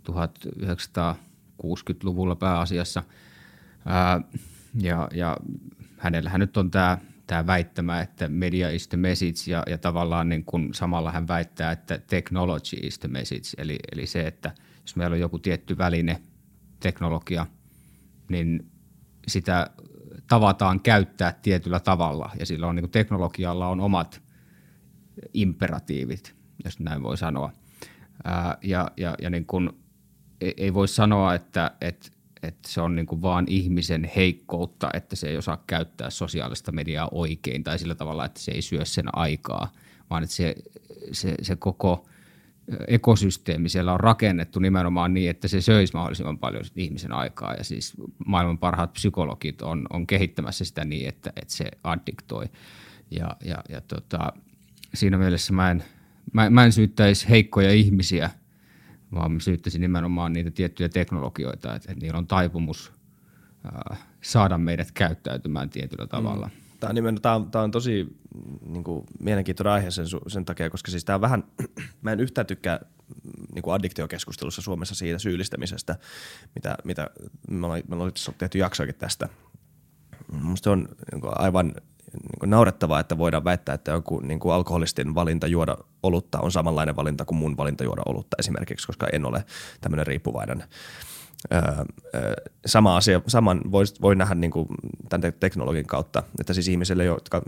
[SPEAKER 1] tuhatyhdeksänsataakuusikymmentäluvulla pääasiassa. Ää, ja, ja hänellähän nyt on tämä tämä väittämä, että media is the message ja, ja tavallaan niin kun samalla hän väittää, että technology is the message. Eli, eli se, että jos meillä on joku tietty väline, teknologia, niin sitä tavataan käyttää tietyllä tavalla ja sillä on niin kuin teknologialla on omat imperatiivit, jos näin voi sanoa. Ää, ja ja, ja niin kuin, ei, ei voi sanoa, että, että, että se on niin kuin vaan ihmisen heikkoutta, että se ei osaa käyttää sosiaalista mediaa oikein tai sillä tavalla, että se ei syö sen aikaa, vaan että se, se, se koko ekosysteemi siellä on rakennettu nimenomaan niin, että se söisi mahdollisimman paljon ihmisen aikaa ja siis maailman parhaat psykologit on, on kehittämässä sitä niin, että, että se addiktoi ja, ja, ja tota, siinä mielessä mä en, mä, mä en syyttäisi heikkoja ihmisiä, vaan mä syyttäisin nimenomaan niitä tiettyjä teknologioita, että, että niillä on taipumus ää, saada meidät käyttäytymään tietyllä tavalla. Mm.
[SPEAKER 2] Tämä on, nimenomaan, tämä on, tämä on tosi niin kuin, mielenkiintoinen aihe sen, sen takia, koska siis tämä on vähän, mä en yhtään tykkää niin kuin addiktiokeskustelussa Suomessa siitä syyllistämisestä, mitä, mitä me ollaan, me ollaan tehty jaksoakin tästä. Musta on niin kuin, aivan niin kuin naurettavaa, että voidaan väittää, että joku niin kuin alkoholistin valinta juoda olutta on samanlainen valinta kuin mun valinta juoda olutta esimerkiksi, koska en ole tämmöinen riippuvainen. Öö, öö, sama asia, saman voi, voi nähdä niin kuin tämän teknologian kautta, että siis ihmisille, jotka,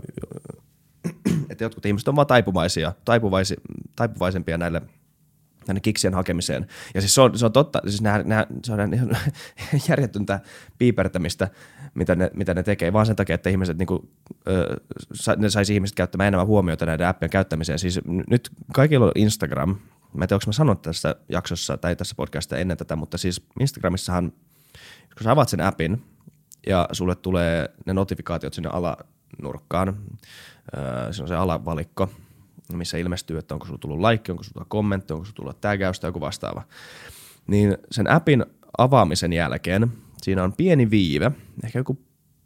[SPEAKER 2] että jotkut ihmiset on vaan taipuvaisia, taipuvaisi, taipuvaisempia näille, näille kiksien hakemiseen. Ja siis se on, se on totta, siis nämä, nämä, se on ihan järjetöntä piipertämistä, mitä ne, mitä ne tekee, vaan sen takia, että ihmiset niin kuin, öö, ne saisi ihmiset käyttämään enemmän huomiota näiden appien käyttämiseen. Siis nyt kaikilla on Instagram. Mä en tiedä, onko mä sanonut tässä jaksossa tai tässä podcastissa ennen tätä, mutta siis Instagramissahan, kun sä avaat sen appin ja sulle tulee ne notifikaatiot sinne alanurkkaan, öö, se on se alavalikko, missä ilmestyy, että onko sulla tullut like, onko sulla tullut kommentti, onko sulla tullut tägäys tai joku vastaava. Niin sen appin avaamisen jälkeen siinä on pieni viive, ehkä joku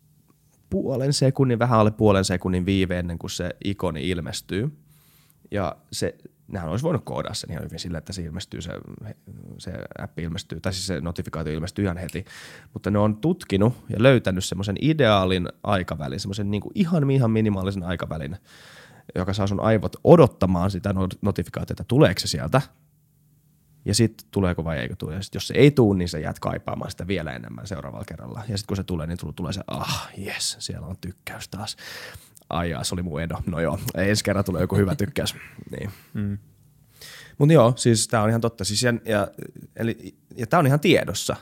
[SPEAKER 2] puolen sekunnin, vähän alle puolen sekunnin viive ennen kuin se ikoni ilmestyy. Ja se, nehän olisi voinut koodaa sen ihan hyvin sillä, että se ilmestyy, se, se appi ilmestyy, tai siis se notifikaatio ilmestyy ihan heti. Mutta ne on tutkinut ja löytänyt semmoisen ideaalin aikavälin, semmoisen niin kuin ihan, ihan minimaalisen aikavälin, joka saa sun aivot odottamaan sitä notifikaatiota, tuleeko se sieltä, ja sitten tuleeko vai eikö tule. Ja sit jos se ei tule, niin sä jäät kaipaamaan sitä vielä enemmän seuraavalla kerralla. Ja sitten kun se tulee, niin tulee se, ah, jes, siellä on tykkäys taas. Ai jaa, se oli mun edo. No joo, ensi kerran tulee joku hyvä tykkäys. Niin. Mm. Mutta joo, siis tää on ihan totta. Siis ja, ja, eli, ja tää on ihan tiedossa.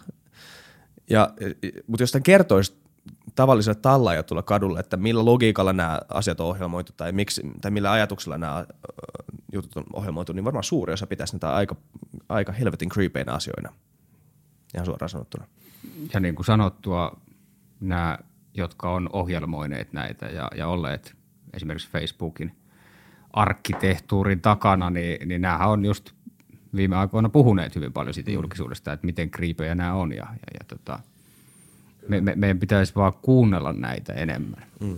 [SPEAKER 2] Ja, mutta jos tämän kertoisi tavalliselle tallaajalle tulla kadulle, että millä logiikalla nämä asiat on ohjelmoitu tai, miksi, tai millä ajatuksella nämä jutut on ohjelmoitu, niin varmaan suuri osa pitäisi näitä aika, aika helvetin creepeinä asioina. Ihan suoraan sanottuna.
[SPEAKER 1] Ja niin kuin sanottua, nämä, jotka on ohjelmoineet näitä ja, ja olleet esimerkiksi Facebookin arkkitehtuurin takana, niin, niin nämähän on just viime aikoina puhuneet hyvin paljon siitä julkisuudesta, että miten creepejä nämä on ja, ja, ja tota, me, me, meidän pitäisi vaan kuunnella näitä enemmän. Mm.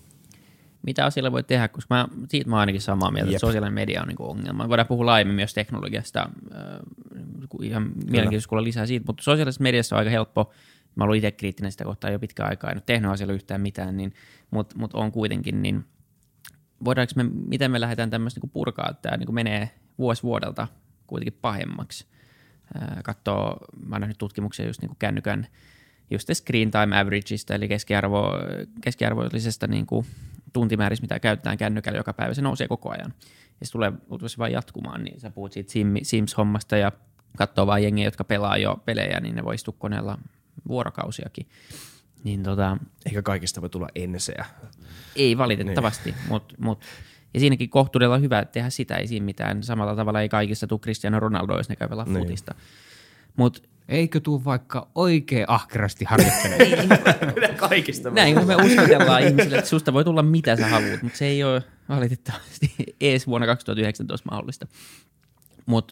[SPEAKER 3] Mitä asialle voi tehdä, koska mä, siitä mä oon ainakin samaa mieltä, Jep. että sosiaalinen media on niin kuin ongelma. Voidaan puhua laajemmin myös teknologiasta, äh, ihan mielenkiintoista kuulla lisää siitä, mutta sosiaalisessa mediassa on aika helppo. Mä olen itse kriittinen sitä kohtaa jo pitkään aikaa, en ole tehnyt asialle yhtään mitään, niin, mutta mut on kuitenkin, niin voidaanko me, miten me lähdetään tämmöistä niin purkaa, että tämä niin menee vuosi vuodelta kuitenkin pahemmaksi. Äh, katsoo, mä oon nähnyt tutkimuksia just niin kuin kännykän, just screen time averageista, eli keskiarvo, keskiarvoillisesta niin kuin tuntimääristä, mitä käytetään kännykällä joka päivä, se nousee koko ajan. Ja se tulee luultavasti vain jatkumaan, niin sä puhut siitä Sims-hommasta ja katsoo vaan jengiä, jotka pelaa jo pelejä, niin ne voi istua koneella vuorokausiakin. Niin tota,
[SPEAKER 2] eikä kaikista voi tulla enseä.
[SPEAKER 3] Ei valitettavasti, niin. mutta mut, ja siinäkin kohtuudella on hyvä tehdä sitä, ei siinä mitään. Samalla tavalla ei kaikista tule Cristiano Ronaldo, jos ne käy pelaa niin. futista. Mut
[SPEAKER 1] eikö tuu vaikka oikein ahkerasti harjoittelemaan?
[SPEAKER 2] Kaikista.
[SPEAKER 3] Näin, kun me uskotellaan ihmisille, että susta voi tulla mitä sä haluat, mutta se ei ole valitettavasti edes vuonna kaksituhattayhdeksäntoista mahdollista. Mutta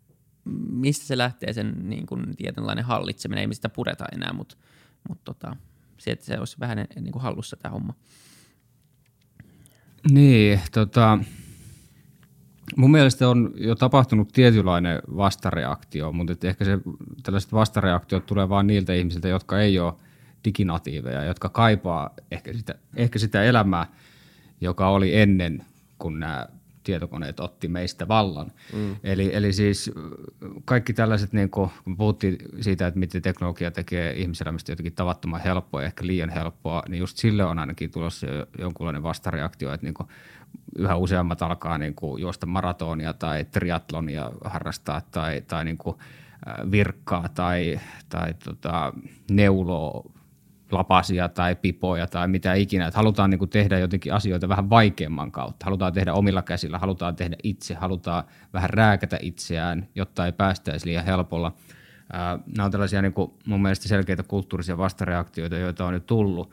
[SPEAKER 3] mistä se lähtee sen niin kun, tietynlainen hallitseminen? Ei me sitä pureta enää, mutta mut, tota, se, että se olisi vähän niin kuin hallussa tämä homma.
[SPEAKER 1] Niin, tota, mun mielestä on jo tapahtunut tietynlainen vastareaktio, mutta ehkä se, tällaiset vastareaktiot tulee vain niiltä ihmisiltä, jotka ei ole diginatiiveja, jotka kaipaa ehkä sitä, ehkä sitä elämää, joka oli ennen, kun nämä tietokoneet otti meistä vallan. Mm. Eli, eli siis kaikki tällaiset, niin kun puhuttiin siitä, että miten teknologia tekee ihmiselämästä jotenkin tavattoman helppoa ja ehkä liian helppoa, niin just sille on ainakin tulossa jonkunlainen vastareaktio, että niin kun yhä useammat alkaa niin kun juosta maratonia tai triathlonia harrastaa tai, tai niin kun virkkaa tai, tai tota, neuloa lapasia tai pipoja tai mitä ikinä. Että halutaan niin kuin tehdä jotenkin asioita vähän vaikeamman kautta. Halutaan tehdä omilla käsillä, halutaan tehdä itse, halutaan vähän rääkätä itseään, jotta ei päästäisi liian helpolla. Nämä on tällaisia niin kuin mun mielestä selkeitä kulttuurisia vastareaktioita, joita on nyt tullut.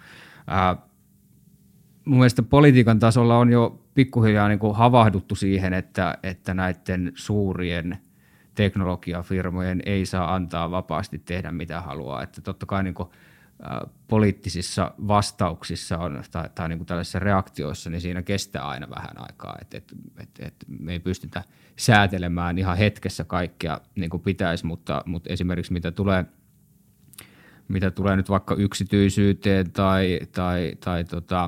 [SPEAKER 1] Mun mielestä politiikan tasolla on jo pikkuhiljaa niin kuin havahduttu siihen, että, että näiden suurien teknologiafirmojen ei saa antaa vapaasti tehdä mitä haluaa. Että totta kai niin kuin poliittisissa vastauksissa on, tai, tai niin kuin tällaisissa reaktioissa, niin siinä kestää aina vähän aikaa. Et, et, et, et me ei pystytä säätelemään ihan hetkessä kaikkea niin kuin pitäisi, mutta, mutta esimerkiksi mitä tulee, mitä tulee nyt vaikka yksityisyyteen tai, tai, tai tota,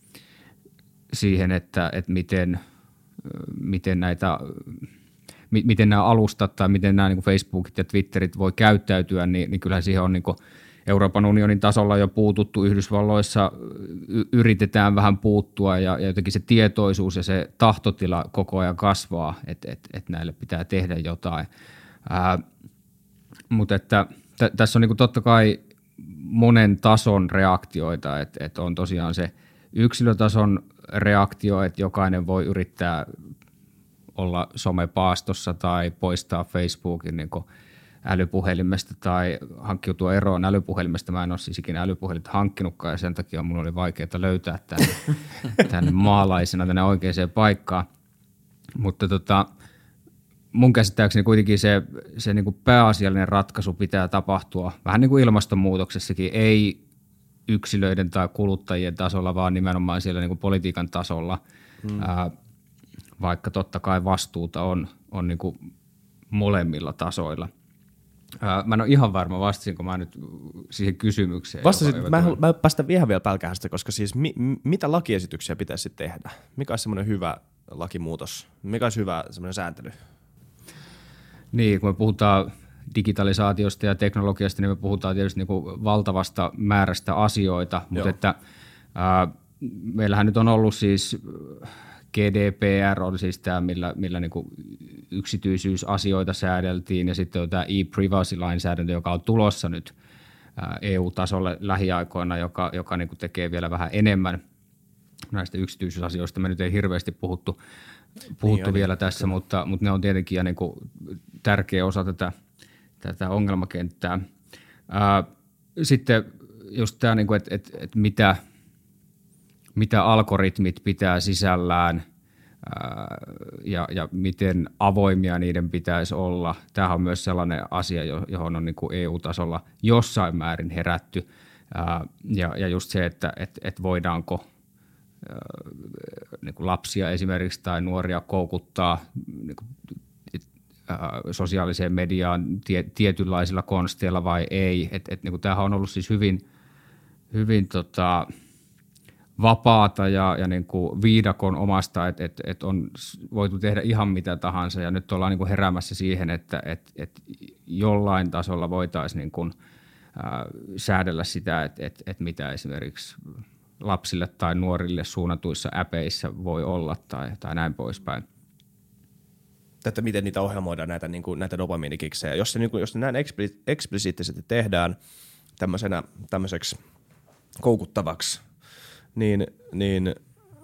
[SPEAKER 1] siihen, että, että miten, miten näitä miten nämä alustat tai miten nämä niin kuin Facebookit ja Twitterit voi käyttäytyä, niin, niin kyllähän siihen on niin kuin Euroopan unionin tasolla jo puututtu, Yhdysvalloissa y- yritetään vähän puuttua ja, ja jotenkin se tietoisuus ja se tahtotila koko ajan kasvaa, että et, et näille pitää tehdä jotain. Ää, mutta että t- tässä on niinku totta kai monen tason reaktioita, että et on tosiaan se yksilötason reaktio, että jokainen voi yrittää olla somepaastossa tai poistaa Facebookin niinku älypuhelimesta tai hankkiutua eroon älypuhelimesta. Mä en ole siis ikinä älypuhelinta hankkinutkaan ja sen takia mun oli vaikeaa löytää tänne, tänne maalaisena tänne oikeaan paikkaan. Mutta tota, mun käsittääkseni kuitenkin se, se niin kuin pääasiallinen ratkaisu pitää tapahtua vähän niin kuin ilmastonmuutoksessakin, ei yksilöiden tai kuluttajien tasolla, vaan nimenomaan siellä niin kuin politiikan tasolla, hmm. Ää, vaikka totta kai vastuuta on, on niin kuin molemmilla tasoilla. Mä en ole ihan varma, vastasinko mä nyt siihen kysymykseen.
[SPEAKER 2] Vastasit, joka, mä, joka mä päästän ihan vielä pälkähästä, koska siis mi, mitä lakiesityksiä pitäisi tehdä? Mikä olisi semmoinen hyvä lakimuutos? Mikä olisi hyvä semmoinen sääntely? Niin, kun me puhutaan digitalisaatiosta ja teknologiasta, niin me puhutaan tietysti niin kuin valtavasta määrästä asioita, Joo. mutta että, ää, meillähän nyt on ollut siis G D P R on siis tämä, millä, millä niin kuin yksityisyysasioita säädeltiin, ja sitten on tämä e-privacy-lainsäädäntö, joka on tulossa nyt E U-tasolle lähiaikoina, joka, joka niin kuin tekee vielä vähän enemmän näistä yksityisyysasioista. Me nyt ei hirveästi puhuttu, puhuttu niin vielä on, tässä, mutta, mutta ne on tietenkin niin kuin tärkeä osa tätä, tätä ongelmakenttää. Ää, sitten just tämä, niin kuin, että, että, että mitä... mitä algoritmit pitää sisällään ää, ja, ja miten avoimia niiden pitäisi olla. Tämähän on myös sellainen asia, johon on niin kuin E U-tasolla jossain määrin herätty. Ää, ja, ja just se, että et, et voidaanko ää, niin kuin lapsia esimerkiksi tai nuoria koukuttaa niin kuin, ää, sosiaaliseen mediaan tie, tietynlaisilla konsteilla vai ei. Et, et, niin kuin, tämähän on ollut siis hyvin, hyvin tota, vapaata ja, ja niin kuin viidakon omasta, että et, et on voitu tehdä ihan mitä tahansa ja nyt ollaan niin kuin heräämässä siihen, että et, et jollain tasolla voitaisiin niin kuin, ää, säädellä sitä, että et, et mitä esimerkiksi lapsille tai nuorille suunnatuissa äpeissä voi olla tai, tai näin poispäin. Että miten niitä ohjelmoidaan, näitä, niin kuin, näitä dopamiinikiksejä. Jos, se, niin kuin, jos ne näin ekspli, eksplisiittisesti tehdään tämmöisenä, tämmöiseksi koukuttavaksi, Niin, niin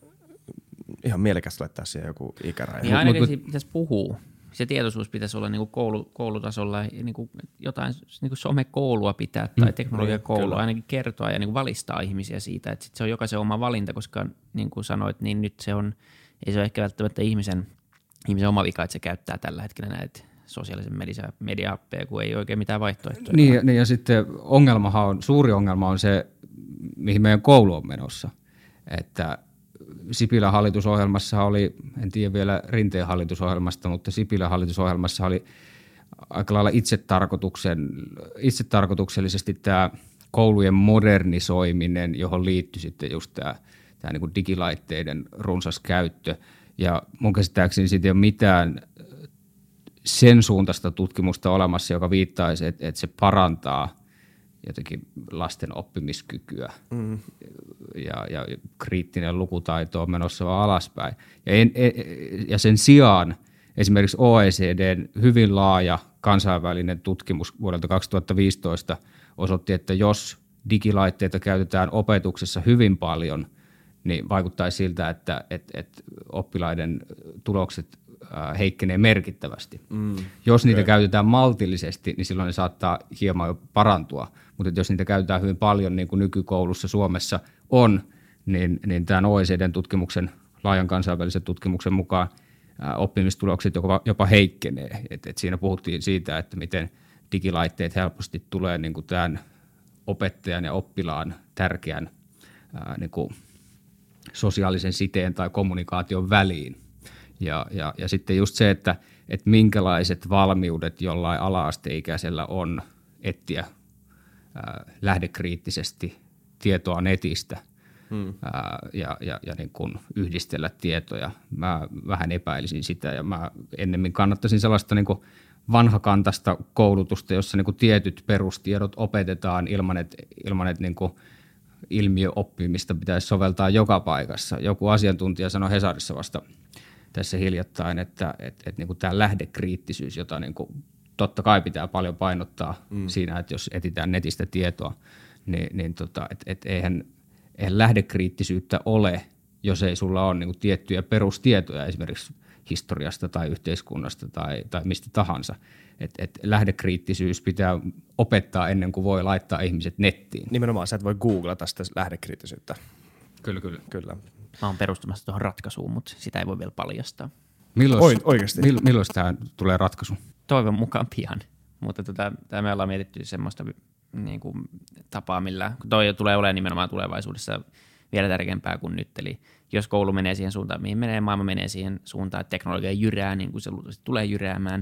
[SPEAKER 2] ihan mielekästä laittaa siihen joku ikäraja.
[SPEAKER 3] Niin ainakin siitä pitäisi puhua. Se tietoisuus pitäisi olla niin kuin koulu, koulutasolla, niin kuin jotain niin kuin somekoulua pitää tai teknologiakoulua mm, ainakin kertoa ja niin kuin valistaa ihmisiä siitä, että sit se on jokaisen oma valinta, koska niin kuin sanoit, niin nyt se on, ei se ole ehkä välttämättä ihmisen, ihmisen oma vika, että se käyttää tällä hetkellä näitä sosiaalisen media, media-appeja, kun ei oikein mitään vaihtoehtoja.
[SPEAKER 1] Niin, niin ja sitten ongelmahan on, suuri ongelma on se, mihin meidän koulu on menossa. Että Sipilän hallitusohjelmassa oli, en tiedä vielä Rinteen hallitusohjelmasta, mutta Sipilän hallitusohjelmassa oli aika lailla itsetarkoituksen, itsetarkoituksellisesti tämä koulujen modernisoiminen, johon liittyi sitten just tämä, tämä niin kuin digilaitteiden runsas käyttö. Ja mun käsittääkseni siitä ei ole mitään sen suuntaista tutkimusta olemassa, joka viittaisi, että, että se parantaa jotenkin lasten oppimiskykyä mm. ja, ja kriittinen lukutaito on menossa vaan alaspäin. Ja, en, ja sen sijaan esimerkiksi O E C D:n hyvin laaja kansainvälinen tutkimus vuodelta kaksituhattaviisitoista osoitti, että jos digilaitteita käytetään opetuksessa hyvin paljon, niin vaikuttaisi siltä, että, että, että oppilaiden tulokset heikkenee merkittävästi. Mm, jos niitä okay. käytetään maltillisesti, niin silloin ne saattaa hieman jo parantua, mutta jos niitä käytetään hyvin paljon, niin kuin nykykoulussa Suomessa on, niin, niin tämän O E C D:n tutkimuksen, laajan kansainvälisen tutkimuksen mukaan ää, oppimistulokset jopa, jopa heikkenee. Et, et siinä puhuttiin siitä, että miten digilaitteet helposti tulee niin kuin tämän opettajan ja oppilaan tärkeän ää, niin kuin sosiaalisen siteen tai kommunikaation väliin. Ja, ja, ja sitten just se, että, että minkälaiset valmiudet jollain ala-asteikäisellä on etsiä ää, lähdekriittisesti tietoa netistä hmm. ää, ja, ja, ja niin kuin yhdistellä tietoja. Mä vähän epäilisin sitä ja mä ennemmin kannattaisin sellaista niin kuin vanhakantaista koulutusta, jossa niin kuin tietyt perustiedot opetetaan ilman, että, ilman, että niin kuin ilmiöoppimista pitäisi soveltaa joka paikassa. Joku asiantuntija sanoi Hesarissa vasta tässä hiljattain, että, että, että niin kuin tämä lähdekriittisyys, jota niin kuin totta kai pitää paljon painottaa mm. siinä, että jos etsitään netistä tietoa, niin, niin tota, että, että eihän, eihän lähdekriittisyyttä ole, jos ei sulla ole niin kuin tiettyjä perustietoja esimerkiksi historiasta tai yhteiskunnasta tai, tai mistä tahansa. Että et lähdekriittisyys pitää opettaa ennen kuin voi laittaa ihmiset nettiin.
[SPEAKER 2] Nimenomaan sä et voi googlata sitä lähdekriittisyyttä.
[SPEAKER 1] Kyllä, kyllä.
[SPEAKER 2] kyllä.
[SPEAKER 3] Mä oon perustamassa tuohon ratkaisuun, mutta sitä ei voi vielä paljastaa.
[SPEAKER 1] Milloin,
[SPEAKER 2] Oi, oikeasti?
[SPEAKER 1] Mill, milloin tämä tulee ratkaisu?
[SPEAKER 3] Toivon mukaan pian, mutta tota, tämä me ollaan mietitty semmoista niin kuin, tapaa, millä toi tulee olemaan nimenomaan tulevaisuudessa vielä tärkeämpää kuin nyt. Eli jos koulu menee siihen suuntaan, mihin menee, maailma menee siihen suuntaan, että teknologia jyrää, niin kuin se luultavasti tulee jyräämään,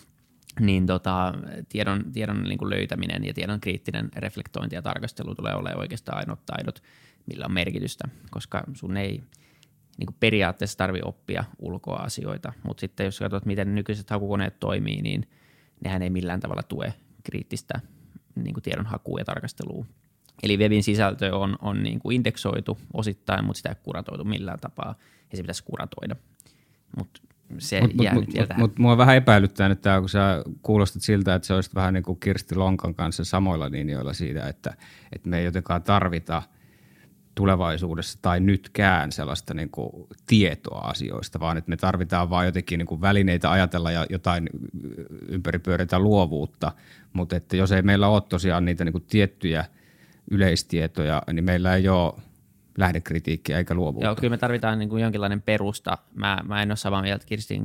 [SPEAKER 3] niin tota, tiedon, tiedon niin kuin löytäminen ja tiedon kriittinen reflektointi ja tarkastelu tulee olemaan oikeastaan ainoat taidot, millä on merkitystä, koska sun ei niin kuin periaatteessa tarvitse oppia ulkoa asioita, mutta sitten jos katsot, miten nykyiset hakukoneet toimii, niin nehän ei millään tavalla tue kriittistä niin kuin tiedon hakua ja tarkastelua. Eli webin sisältö on, on niin kuin indeksoitu osittain, mutta sitä ei kuratoitu millään tapaa, ja se pitäisi kuratoida. Mutta se
[SPEAKER 1] mut,
[SPEAKER 3] jää
[SPEAKER 1] mut,
[SPEAKER 3] nyt vielä
[SPEAKER 1] mut,
[SPEAKER 3] tähän.
[SPEAKER 1] Mutta mua vähän epäilyttää nyt tämä, kun sä kuulostat siltä, että se olisi vähän niin kuin Kirsti Lonkan kanssa samoilla linjoilla siitä, että, että me ei jotenkaan tarvita tulevaisuudessa tai nytkään sellaista niin kuin tietoa asioista, vaan että me tarvitaan vaan jotenkin niin kuin välineitä ajatella ja jotain ympäripyöreitä luovuutta, mutta että jos ei meillä ole tosiaan niitä niin kuin tiettyjä yleistietoja, niin meillä ei ole lähdekritiikkiä eikä luovuutta.
[SPEAKER 3] Joo, kyllä me tarvitaan niin kuin jonkinlainen perusta. Mä, mä en ole samaa mieltä Kirstin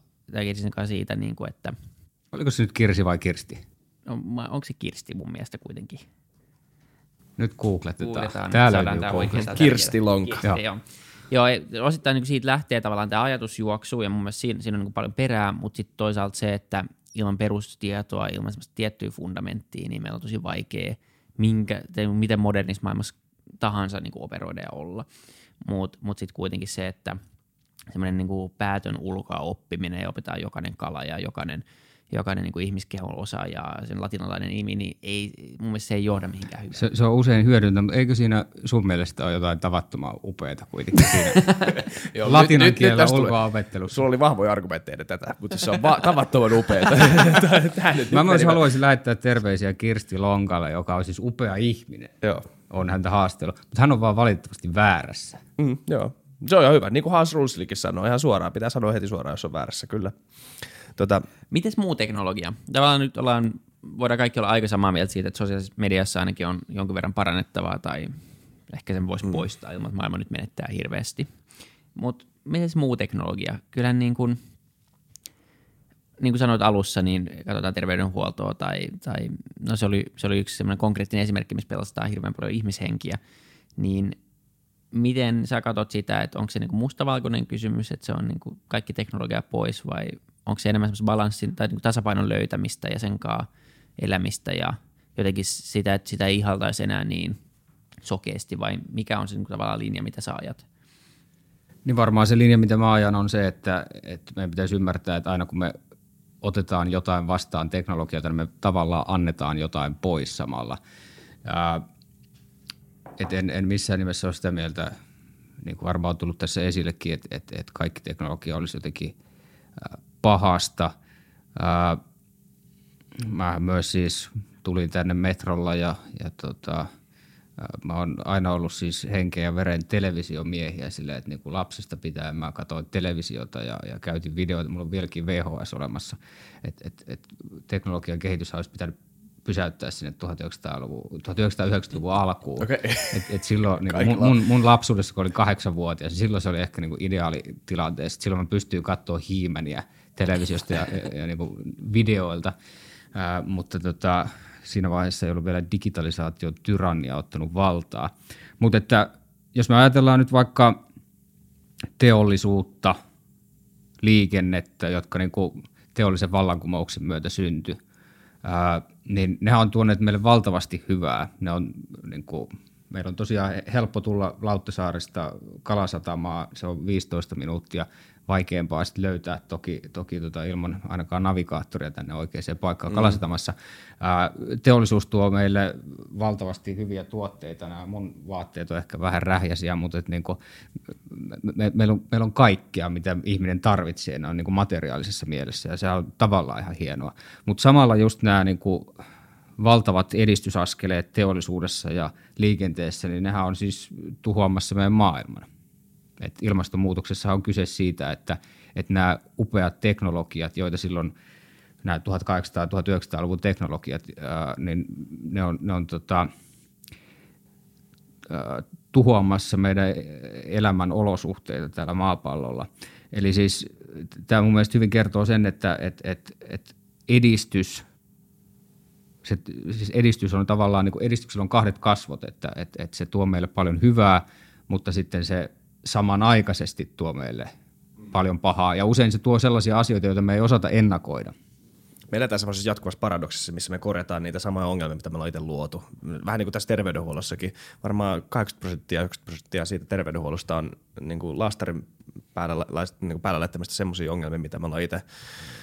[SPEAKER 3] kanssa siitä, niin kuin, että...
[SPEAKER 1] Oliko se nyt Kirsi vai Kirsti?
[SPEAKER 3] No, onko se Kirsti mun mielestä kuitenkin?
[SPEAKER 1] Nyt googletetaan.
[SPEAKER 3] Googletaan,
[SPEAKER 1] Täällä
[SPEAKER 3] löytyy
[SPEAKER 2] Kirsti Lonka.
[SPEAKER 3] Kirsti, joo. Joo, osittain niin siitä lähtee tavallaan tämä ajatusjuoksu, ja mun mielestä siinä, siinä on niin paljon perää, mutta sitten toisaalta se, että ilman perustietoa, ilman semmoista tiettyä fundamenttia, niin meillä on tosi vaikea, minkä, miten modernissa maailmassa tahansa niin kuin operoida ja olla. Mutta mut sitten kuitenkin se, että semmoinen niin kuin päätön ulkoa oppiminen ja opetaan jokainen kala ja jokainen, jokainen niin kuin ihmiskehon osa ja sen latinalainen nimi, niin ei, mun mielestä se ei johda mihinkään hyvään.
[SPEAKER 1] Se, se on usein hyödyntä, mutta eikö siinä sun mielestä ole jotain tavattoman upeata kuitenkin siinä latinan nyt, kielellä ulkoa opettelussa?
[SPEAKER 2] Sulla oli vahvoja argumentteja tätä, mutta se on va- tavattoman upeata.
[SPEAKER 1] Mä myös haluaisin lähettää terveisiä Kirsti Lonkalle, joka on siis upea ihminen.
[SPEAKER 2] Joo.
[SPEAKER 1] On häntä haastellut, mutta hän on vaan valitettavasti väärässä.
[SPEAKER 2] Mm, joo, se on ihan hyvä. Niin kuin Hans Rulslikin sanoi, ihan suoraan. Pitää sanoa heti suoraan, jos on väärässä, kyllä. Tota.
[SPEAKER 3] Mites muu teknologia? Tavallaan nyt ollaan, voidaan kaikki olla aika samaa mieltä siitä, että sosiaalisessa mediassa ainakin on jonkin verran parannettavaa tai ehkä sen voisi mm. poistaa ilman, että maailma nyt menettää hirveästi. Mutta mites muu teknologia? Kyllähän niin kuin, niin kuin sanoit alussa, niin katsotaan terveydenhuoltoa tai, tai no se oli, se oli yksi semmoinen konkreettinen esimerkki, missä pelastaa hirveän paljon ihmishenkiä, niin miten sä katsot sitä, että onko se niinku mustavalkoinen kysymys, että se on niinku kaikki teknologia pois vai onko se enemmän semmoista balanssin tai niinku tasapainon löytämistä ja sen kanssa elämistä ja jotenkin sitä, että sitä ei ihaltaisi enää niin sokeasti vai mikä on se niinku tavallaan linja, mitä sä ajat?
[SPEAKER 1] Niin varmaan se linja, mitä mä ajan, on se, että, että meidän pitäisi ymmärtää, että aina kun me otetaan jotain vastaan teknologiaa, niin me tavallaan annetaan jotain pois samalla. Ja, et en, en missään nimessä ole sitä mieltä, niin kuin varmaan on tullut tässä esillekin, että, että, että kaikki teknologia olisi jotenkin pahasta. Mä myös siis tulin tänne metrolla ja, ja tota, mä oon aina ollut siis henkeä ja veren televisiomiehiä silleen, että niin kuin lapsesta pitäen mä katsoin televisiota ja, ja käytin videoita. Mulla on vieläkin V H S olemassa. Et, et, et teknologian kehitys olisi pitänyt pysäyttää sinne tuhatyhdeksänsataayhdeksänkymmentäluvun alkuun. Okay. Et, et silloin, niin mun, mun, mun lapsuudessa, kun olin kahdeksanvuotias, silloin se oli ehkä niin kuin ideaalitilanteessa. Silloin mä pystyin katsoa He-Mania televisiosta ja, ja, ja niin kuin videoilta, äh, mutta tota, siinä vaiheessa ei ollut vielä digitalisaation tyrannia ottanut valtaa. Mutta että jos me ajatellaan nyt vaikka teollisuutta, liikennettä, jotka niin kuin teollisen vallankumouksen myötä syntyi, ää, niin nehän on tuoneet meille valtavasti hyvää. Ne on, niin kuin, meillä on tosiaan helppo tulla Lauttasaaresta Kalasatamaa, se on viisitoista minuuttia, vaikeampaa sitten löytää toki, toki tota ilman ainakaan navigaattoria tänne oikeaan paikkaan mm. Kalasatamassa. Ää, teollisuus tuo meille valtavasti hyviä tuotteita. Nämä mun vaatteet on ehkä vähän rähjäisiä, mutta et niinku, me, me, meillä, on, meillä on kaikkea, mitä ihminen tarvitsee. Ne on niinku materiaalisessa mielessä ja se on tavallaan ihan hienoa. Mutta samalla just nämä niinku valtavat edistysaskeleet teollisuudessa ja liikenteessä, niin nehän on siis tuhoamassa meidän maailman. Et ilmastonmuutoksessa on kyse siitä, että, että nämä upeat teknologiat, joita silloin nämä tuhatkahdeksansataa-tuhatyhdeksänsataaluvun teknologiat, ää, niin ne on, ne on tota, ää, tuhoamassa meidän elämän olosuhteita täällä maapallolla. Eli siis tämä mun mielestä hyvin kertoo sen, että et, et, et edistys, se, siis edistys on tavallaan, niin kuin edistyksellä on kahdet kasvot, että et, et se tuo meille paljon hyvää, mutta sitten se samanaikaisesti tuo meille paljon pahaa, ja usein se tuo sellaisia asioita, joita me ei osata ennakoida.
[SPEAKER 2] Me eletään semmoisessa jatkuvassa paradoksissa, missä me korjataan niitä samoja ongelmia, mitä me ollaan itse luotu. Vähän niin kuin tässä terveydenhuollossakin. Varmaan kahdeksankymmentä prosenttia, yhdeksänkymmentä prosenttia siitä terveydenhuollosta on niin kuin lastarin päällä, niin kuin päällä laittamista semmoisia ongelmia, mitä me ollaan itse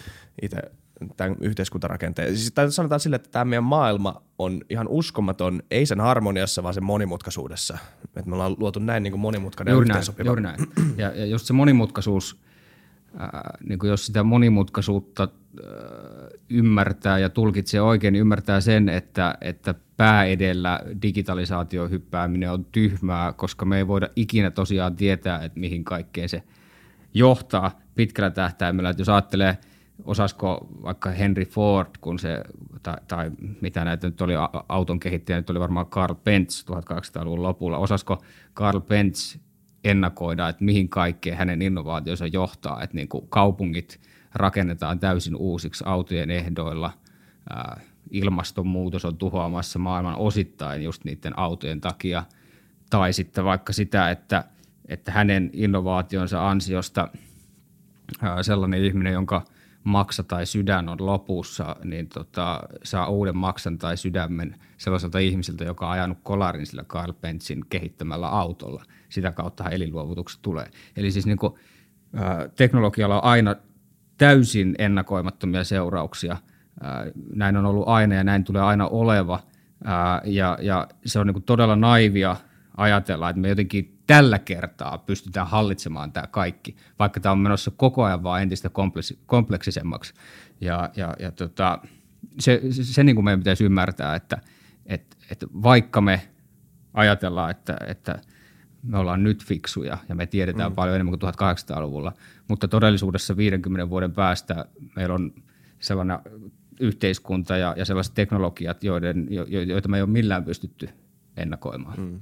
[SPEAKER 2] tämän yhteiskuntarakenteen. Siis sanotaan sille, että tämä meidän maailma on ihan uskomaton, ei sen harmoniassa, vaan sen monimutkaisuudessa. Että me ollaan luotu näin niin kuin monimutkainen ja yhteensopiva.
[SPEAKER 1] Juuri näin. Ja, ja just se monimutkaisuus, äh, niin kuin jos sitä monimutkaisuutta äh, ymmärtää ja tulkitsee oikein, niin ymmärtää sen, että, että pää edellä digitalisaatio hyppääminen on tyhmää, koska me ei voida ikinä tosiaan tietää, että mihin kaikkeen se johtaa pitkällä tähtäimellä. Että jos ajattelee, osasko vaikka Henry Ford, kun se, tai, tai mitä näitä nyt oli, auton kehittäjä, nyt oli varmaan Carl Benz tuhatkahdeksansataaluvun lopulla, osasko Carl Benz ennakoida, että mihin kaikkeen hänen innovaationsa johtaa, että niin kuin kaupungit rakennetaan täysin uusiksi autojen ehdoilla, ää, ilmastonmuutos on tuhoamassa maailman osittain just niiden autojen takia, tai sitten vaikka sitä, että, että hänen innovaationsa ansiosta ää, sellainen ihminen, jonka maksa tai sydän on lopussa, niin tota, saa uuden maksan tai sydämen sellaiselta ihmiseltä, joka on ajanut kolarin sillä Carl Benzin kehittämällä autolla. Sitä kauttahan elinluovutukset tulee. Eli siis niin kuin, ä, teknologialla on aina täysin ennakoimattomia seurauksia. Ä, näin on ollut aina ja näin tulee aina oleva. Ä, ja, ja se on niin kuin todella naivia ajatella, että me jotenkin tällä kertaa pystytään hallitsemaan tämä kaikki, vaikka tämä on menossa koko ajan vaan entistä kompleksisemmaksi. Ja, ja, ja tota, se, se, se niin kuin meidän pitäisi ymmärtää, että, että, että vaikka me ajatellaan, että, että me ollaan nyt fiksuja ja me tiedetään mm. paljon enemmän kuin tuhatkahdeksansataaluvulla, mutta todellisuudessa viidenkymmenen vuoden päästä meillä on sellainen yhteiskunta ja, ja sellaiset teknologiat, joiden, jo, joita me ei ole millään pystytty ennakoimaan. Mm.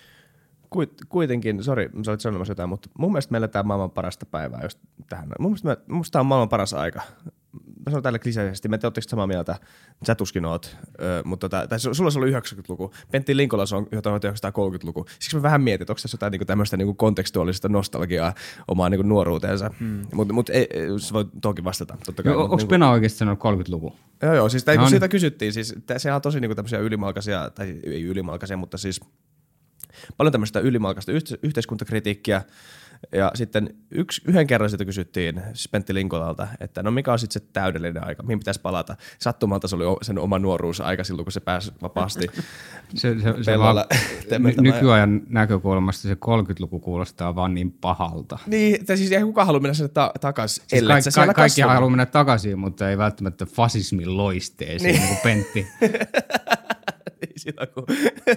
[SPEAKER 2] Kuitenkin, sori, sä olit sanomassa jotain, mutta mun mielestä meillä tämä maailman parasta päivää just tähän. Mun mielestä, me, mun mielestä tämä on maailman paras aika. mä sanon tällä kliseisesti, mä en tiedä, ootteko samaa mieltä, sä tuskin oot, ö, mutta tota, tai sulla se oli yhdeksänkymmentäluku, Pentti Linkola se on tuhatyhdeksänsataakolmekymmentäluku, siksi mä vähän mietin, että onko tässä jotain niinku tämmöistä niinku kontekstuaalista nostalgiaa omaan niinku nuoruuteensa, mm. mutta mut, sä voit toki vastata, totta kai.
[SPEAKER 1] No, onko
[SPEAKER 2] niinku,
[SPEAKER 1] Pena oikeasti sanonut kolmekymmentäluku?
[SPEAKER 2] Joo, joo, siis no, siitä
[SPEAKER 1] niin.
[SPEAKER 2] kysyttiin, siis sehän on tosi niinku tämmöisiä ylimalkaisia, tai ei ylimalkaisia, mutta siis paljon tämmöistä ylimalkaista yhteiskuntakritiikkiä. Ja sitten yksi, yhden kerran sitä kysyttiin siis Pentti Linkolalta, että no mikä on sitten se täydellinen aika, mihin pitäisi palata. Sattumalta se oli sen oma nuoruusaika silloin, kun se pääsi vapaasti
[SPEAKER 1] se, se, se vaan, ny- nykyajan näkökulmasta se kolmekymmentäluku kuulostaa vaan niin pahalta.
[SPEAKER 2] Niin, tai siis ei kukaan halua mennä sinne ta- takaisin.
[SPEAKER 1] Siis ka- ka- kaikki haluaa mennä takaisin, mutta ei välttämättä fasismin loisteeseen, niin, niin kuin Pentti.
[SPEAKER 2] Silloin kun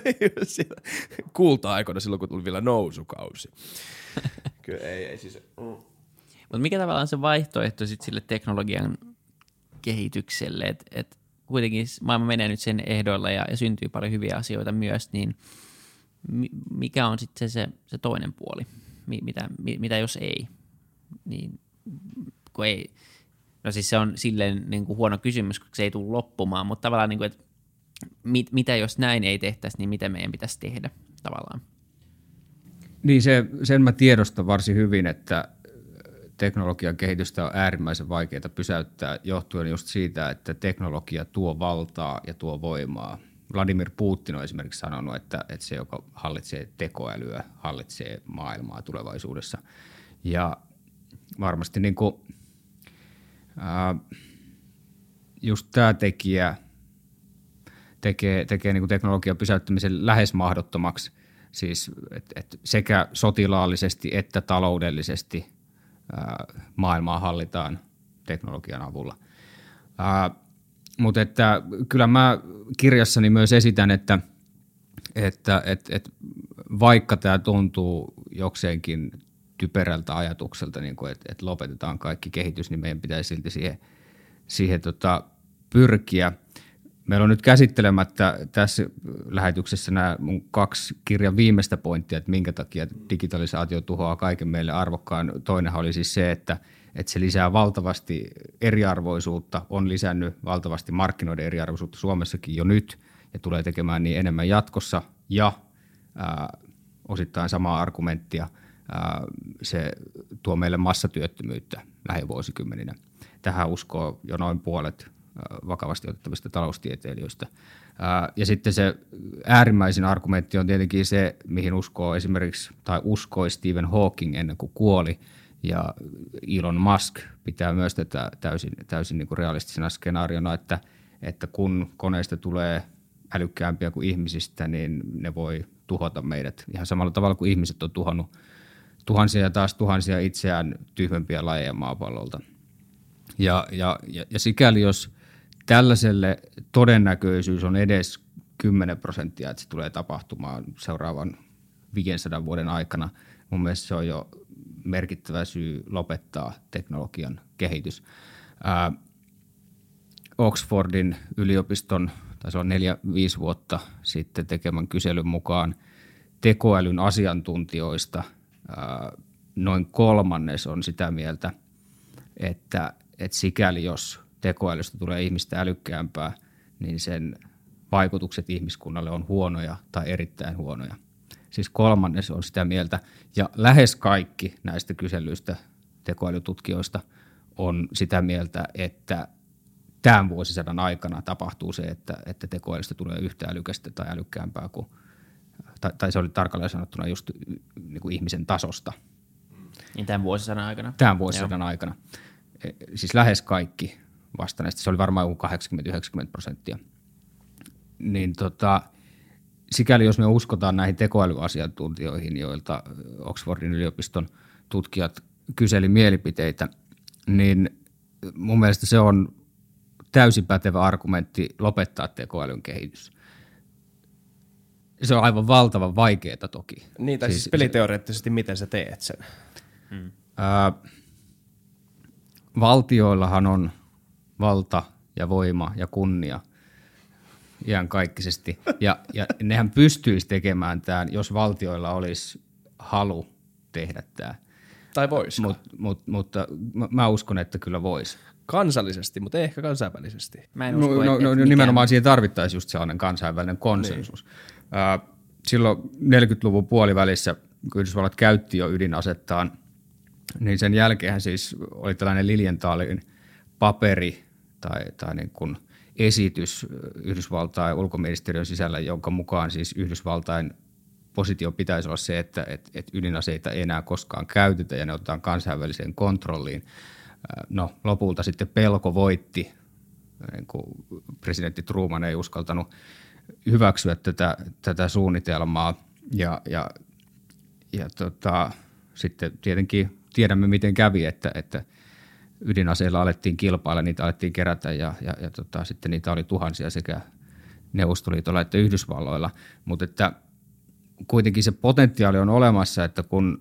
[SPEAKER 2] kulta-aikoina, silloin kun tuli vielä nousukausi. Kyllä ei, ei siis. Mm.
[SPEAKER 3] Mutta mikä tavallaan on se vaihtoehto sit sille teknologian kehitykselle, että et kuitenkin maailma menee nyt sen ehdoilla ja, ja syntyy paljon hyviä asioita myös, niin mi, mikä on sitten se, se, se toinen puoli, mi, mitä, mi, mitä jos ei, niin kun ei, no siis se on silleen niin kuin huono kysymys, koska se ei tule loppumaan, mutta tavallaan niin kuin, että mit, mitä jos näin ei tehtäisi, niin mitä meidän pitäisi tehdä tavallaan.
[SPEAKER 1] Niin se, sen mä tiedostan varsin hyvin, että teknologian kehitystä on äärimmäisen vaikeaa pysäyttää johtuen just siitä, että teknologia tuo valtaa ja tuo voimaa. Vladimir Putin on esimerkiksi sanonut, että, että se, joka hallitsee tekoälyä, hallitsee maailmaa tulevaisuudessa. Ja varmasti niin kuin, ää, just tämä tekijä tekee, tekee niin kuin teknologian pysäyttämisen lähes mahdottomaksi. Siis et, et sekä sotilaallisesti että taloudellisesti ää, maailmaa hallitaan teknologian avulla. Ää, mutta että kyllä mä kirjassani myös esitän, että, että et, et vaikka tämä tuntuu jokseenkin typerältä ajatukselta, niin että et lopetetaan kaikki kehitys, niin meidän pitäisi silti siihen, siihen tota, pyrkiä. Meillä on nyt käsittelemättä tässä lähetyksessä nämä mun kaksi kirjan viimeistä pointtia, että minkä takia digitalisaatio tuhoaa kaiken meille arvokkaan. Toinenhan oli siis se, että, että se lisää valtavasti eriarvoisuutta, on lisännyt valtavasti markkinoiden eriarvoisuutta Suomessakin jo nyt ja tulee tekemään niin enemmän jatkossa. Ja ää, osittain samaa argumenttia, ää, se tuo meille massatyöttömyyttä lähivuosikymmeninä. Tähän uskoo jo noin puolet vakavasti otettavista taloustieteilijöistä. Ja sitten se äärimmäisin argumentti on tietenkin se, mihin uskoo esimerkiksi, tai uskoi Stephen Hawking ennen kuin kuoli, ja Elon Musk pitää myös tätä täysin, täysin niin kuin realistisena skenaariona, että, että kun koneista tulee älykkäämpiä kuin ihmisistä, niin ne voi tuhota meidät ihan samalla tavalla kuin ihmiset on tuhannut tuhansia ja taas tuhansia itseään tyhmempiä lajeja maapallolta. Ja, ja, ja, ja sikäli jos tällaiselle todennäköisyys on edes kymmenen prosenttia, että se tulee tapahtumaan seuraavan viisisataa vuoden aikana. Mun mielestä se on jo merkittävä syy lopettaa teknologian kehitys. Ää, Oxfordin yliopiston, taisi olla neljä, viisi vuotta sitten tekemän kyselyn mukaan tekoälyn asiantuntijoista ää, noin kolmannes on sitä mieltä, että, että sikäli jos tekoälystä tulee ihmistä älykkäämpää, niin sen vaikutukset ihmiskunnalle on huonoja tai erittäin huonoja. Siis kolmannes on sitä mieltä, ja lähes kaikki näistä kyselyistä tekoälytutkijoista on sitä mieltä, että tämän vuosisadan aikana tapahtuu se, että, että tekoälystä tulee yhtä älykästä tai älykkäämpää kuin, tai, tai se oli tarkalleen sanottuna just niin kuin ihmisen tasosta.
[SPEAKER 3] Niin tämän vuosisadan aikana?
[SPEAKER 1] Tämän vuosisadan Joo. aikana. Siis lähes kaikki vastanneista. Se oli varmaan joku kahdeksankymmentä yhdeksänkymmentä prosenttia. Niin tota, sikäli jos me uskotaan näihin tekoälyasiantuntijoihin, joilta Oxfordin yliopiston tutkijat kyseli mielipiteitä, niin mun mielestä se on täysin pätevä argumentti lopettaa tekoälyn kehitys. Se on aivan valtavan vaikeaa toki.
[SPEAKER 2] Niin, tai siis, siis peliteoreettisesti miten sä teet sen?
[SPEAKER 1] Hmm. Ää, valtioillahan on valta ja voima ja kunnia iankaikkisesti. Ja, ja nehän pystyisi tekemään tämän, jos valtioilla olisi halu tehdä tämä.
[SPEAKER 2] Tai voisiko?
[SPEAKER 1] Mut, mut, mutta mä, mä uskon, että kyllä voisi.
[SPEAKER 2] Kansallisesti, mutta ei ehkä kansainvälisesti.
[SPEAKER 3] Mä en usko,
[SPEAKER 1] no,
[SPEAKER 3] et,
[SPEAKER 1] no,
[SPEAKER 3] et
[SPEAKER 1] no,
[SPEAKER 3] mikään...
[SPEAKER 1] nimenomaan siihen tarvittaisiin just sellainen kansainvälinen konsensus. Niin. Äh, silloin neljäkymmentäluvun puolivälissä, kun Yhdysvallat käytti jo ydinasettaan, niin sen jälkeen siis oli tällainen Lilienthalin paperi tai, tai niin kuin esitys Yhdysvaltain ulkoministeriön sisällä, jonka mukaan siis Yhdysvaltain positio pitäisi olla se, että et, et ydinaseita ei enää koskaan käytetä ja ne otetaan kansainväliseen kontrolliin. No lopulta sitten pelko voitti, niin kuin presidentti Truman ei uskaltanut hyväksyä tätä, tätä suunnitelmaa ja, ja, ja tota, sitten tietenkin tiedämme miten kävi, että, että ydinaseilla alettiin kilpailla, niitä alettiin kerätä ja, ja, ja tota, sitten niitä oli tuhansia sekä Neuvostoliitolla että Yhdysvalloilla, mutta että kuitenkin se potentiaali on olemassa, että kun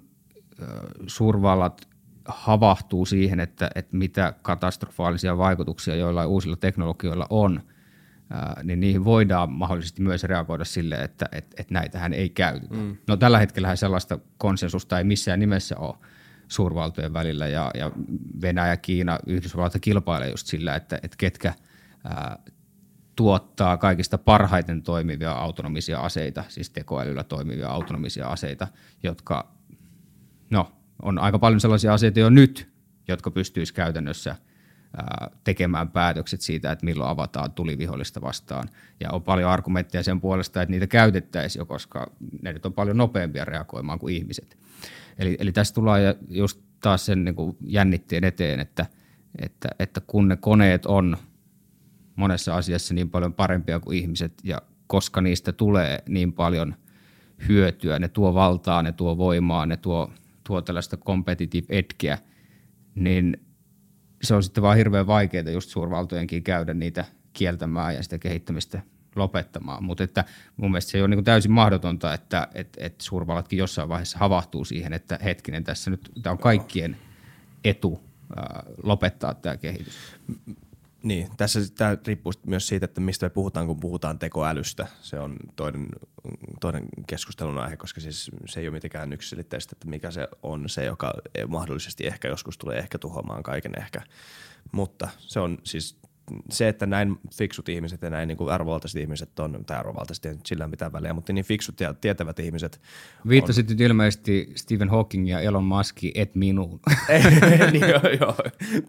[SPEAKER 1] suurvallat havahtuu siihen, että, että mitä katastrofaalisia vaikutuksia joillain uusilla teknologioilla on, ää, niin niihin voidaan mahdollisesti myös reagoida sille, että et, et näitähän ei käytetä. Mm. No tällä hetkellä sellaista konsensusta ei missään nimessä ole suurvaltojen välillä ja, ja Venäjä, Kiina, Yhdysvallat kilpailee just sillä, että et ketkä ää, tuottaa kaikista parhaiten toimivia autonomisia aseita, siis tekoälyllä toimivia autonomisia aseita, jotka no, on aika paljon sellaisia aseita jo nyt, jotka pystyisi käytännössä ää, tekemään päätökset siitä, että milloin avataan tulivihollista vastaan. Ja on paljon argumentteja sen puolesta, että niitä käytettäisiin jo, koska ne nyt on paljon nopeampia reagoimaan kuin ihmiset. Eli, eli tässä tullaan just taas sen niin kuin jännitteen eteen, että, että, että kun ne koneet on monessa asiassa niin paljon parempia kuin ihmiset ja koska niistä tulee niin paljon hyötyä, ne tuo valtaa, ne tuo voimaa, ne tuo, tuo tällaista competitive edgeä, niin se on sitten vaan hirveän vaikeaa just suurvaltojenkin käydä niitä kieltämään ja sitä kehittämistä lopettamaan. Mutta että mun mielestä se on niin kuin täysin mahdotonta, että et, et suurvallatkin jossain vaiheessa havahtuu siihen, että hetkinen tässä nyt, tämä on kaikkien etu ää, lopettaa tämä kehitys.
[SPEAKER 2] Niin, tässä tämä riippuu myös siitä, että mistä me puhutaan, kun puhutaan tekoälystä. Se on toinen, toinen keskustelun aihe, koska siis se ei ole mitenkään yksiselitteistä, että mikä se on se, joka mahdollisesti ehkä joskus tulee ehkä tuhoamaan kaiken ehkä. Mutta se on siis se, että näin fiksut ihmiset ja näin niin kuin arvovaltaiset ihmiset on, tai arvovaltaiset ei sillä mitään väliä, mutta niin fiksut ja tietävät ihmiset
[SPEAKER 1] viittasit nyt ilmeisesti Stephen Hawking ja Elon Muskin, et minuun.
[SPEAKER 2] niin, joo, joo.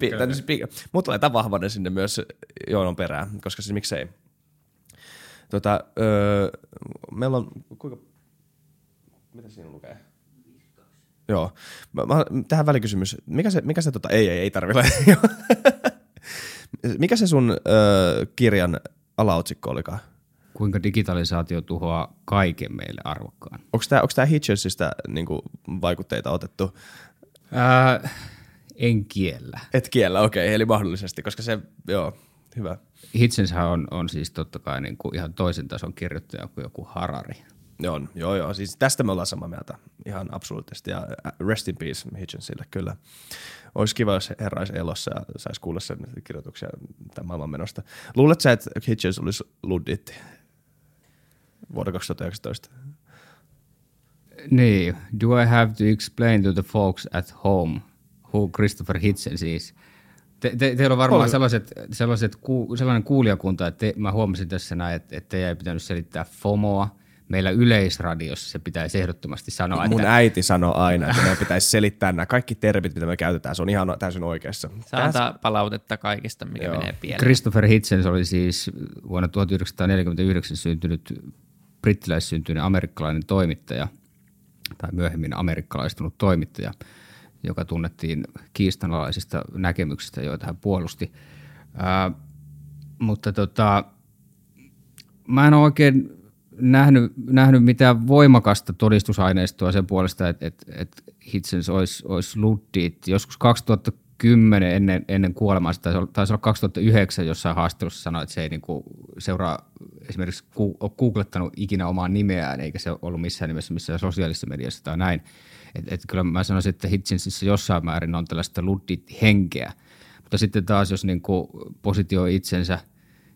[SPEAKER 2] Mutta laitetaan vahvainen sinne myös Joonon perään, koska siis miksei. Tota, öö, meillä on, kuinka, mitä siinä lukee? Joo. Mä, mä, tähän välikysymys. Mikä se, mikä se tota, ei, ei, ei tarvitse. Mikä se sun öö, kirjan alaotsikko olikaan?
[SPEAKER 1] Kuinka digitalisaatio tuhoaa kaiken meille arvokkaan.
[SPEAKER 2] Onko tämä onko tää Hitchensistä niinku, vaikutteita otettu?
[SPEAKER 1] Ää, en kiellä.
[SPEAKER 2] Et kiellä, okei, okay, eli mahdollisesti, koska se, joo, hyvä.
[SPEAKER 1] Hitchenshän on, on siis totta kai niin kuin ihan toisen tason kirjoittaja kuin joku Harari.
[SPEAKER 2] Joo, joo, joo, siis tästä me ollaan samaa mieltä ihan absoluuttisesti ja rest in peace Hitchensille kyllä. Olisi kiva, jos herra olisi elossa ja saisi kuulla sen kirjoituksia tämän maailman menosta. Luuletko sä, että Hitchens olisi ludditti vuonna kaksituhattayhdeksäntoista?
[SPEAKER 1] Niin, do I have to explain to the folks at home who Christopher Hitchens is? Te, te, teillä on varmaan sellaiset, sellaiset ku, sellainen kuulijakunta, että te, mä huomasin tässä näin, että, että teidän ei pitänyt selittää FOMOa. Meillä Yleisradiossa se pitäisi ehdottomasti sanoa.
[SPEAKER 2] Mun
[SPEAKER 1] että
[SPEAKER 2] äiti sanoi aina, että meidän pitäisi selittää nämä kaikki termit, mitä me käytetään. Se on ihan täysin oikeassa.
[SPEAKER 3] Saa antaa palautetta kaikista, mikä Joo. menee pieleen.
[SPEAKER 1] Christopher Hitchens oli siis vuonna tuhatyhdeksänsataaneljäkymmentäyhdeksän syntynyt, brittiläissyntyinen amerikkalainen toimittaja, tai myöhemmin amerikkalaistunut toimittaja, joka tunnettiin kiistanalaisista näkemyksistä, joita hän puolusti. Ää, mutta tota, mä en ole oikein nähnyt, nähnyt mitään voimakasta todistusaineistoa sen puolesta, että, että, että Hitchens olisi, olisi luddit. Joskus kaksituhattakymmenen ennen, ennen kuolemaansa, taisi olla, taisi olla kaksituhattayhdeksän jossain haastattelussa sanoi, että se ei niin kuin seuraa esimerkiksi ku, ole googlettanut ikinä omaa nimeään, eikä se ollut missään nimessä missään sosiaalisessa mediassa tai näin. Että et kyllä mä sanoisin, että Hitchensissä jossain määrin on tällaista luddit-henkeä. Mutta sitten taas, jos niin kuin positioi itsensä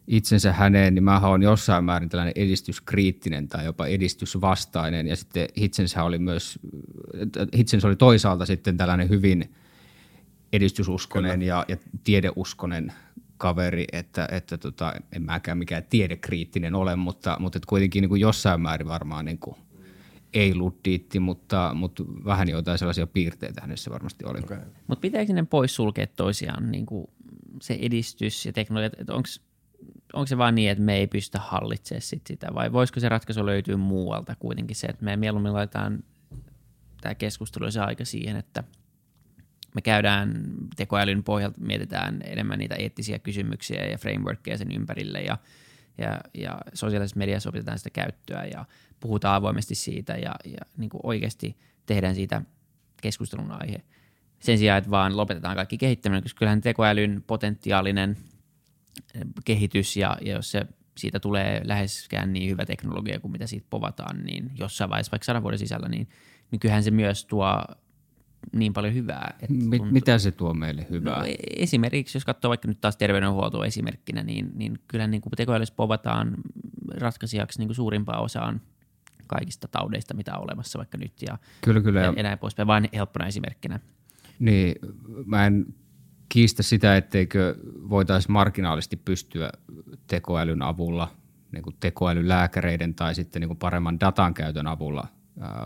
[SPEAKER 1] itsensä häneen, niin mähän on jossain määrin tällainen edistyskriittinen tai jopa edistysvastainen. Ja sitten Hitchens oli myös, Hitchens oli toisaalta sitten tällainen hyvin edistysuskonen ja, ja tiedeuskonen kaveri, että, että tota, en mäkään mikään tiedekriittinen ole, mutta, mutta et kuitenkin niin kuin jossain määrin varmaan niin kuin ei luddiitti, mutta, mutta vähän jotain sellaisia piirteitä hänessä varmasti oli. Okay.
[SPEAKER 3] Mutta pitääkö ne pois sulkea toisiaan, niin kuin se edistys ja teknologia, että onko se vaan niin, että me ei pystytä hallitsemaan sit sitä, vai voisiko se ratkaisu löytyä muualta kuitenkin se, että me mieluummin laitetaan tämä keskustelu ja se aika siihen, että me käydään tekoälyn pohjalta, mietitään enemmän niitä eettisiä kysymyksiä ja frameworkkeja sen ympärille ja, ja, ja sosiaalisessa mediassa opetetaan sitä käyttöä ja puhutaan avoimesti siitä ja, ja niin kuin oikeasti tehdään siitä keskustelun aihe. Sen sijaan, että vaan lopetetaan kaikki kehittäminen, koska kyllähän tekoälyn potentiaalinen kehitys ja, ja jos se siitä tulee läheskään niin hyvä teknologia kuin mitä siitä povataan, niin jossain vaiheessa vaikka sadan vuoden sisällä, niin, niin kyllähän se myös tuo niin paljon hyvää. Että
[SPEAKER 1] tuntuu, mitä se tuo meille hyvää?
[SPEAKER 3] No, esimerkiksi, jos katsoo vaikka nyt taas terveydenhuoltoa esimerkkinä, niin, niin kyllähän niin tekoälyssä povataan ratkaisijaksi niin kuin suurimpaan osaan kaikista taudeista, mitä on olemassa vaikka nyt ja,
[SPEAKER 1] kyllä, kyllä.
[SPEAKER 3] ja, ja näin poispäin, vain helppona esimerkkinä.
[SPEAKER 1] Niin, mä en kiistä sitä, etteikö voitaisiin marginaalisesti pystyä tekoälyn avulla, niin kuin tekoälylääkäreiden tai sitten niin kuin paremman datan käytön avulla ää,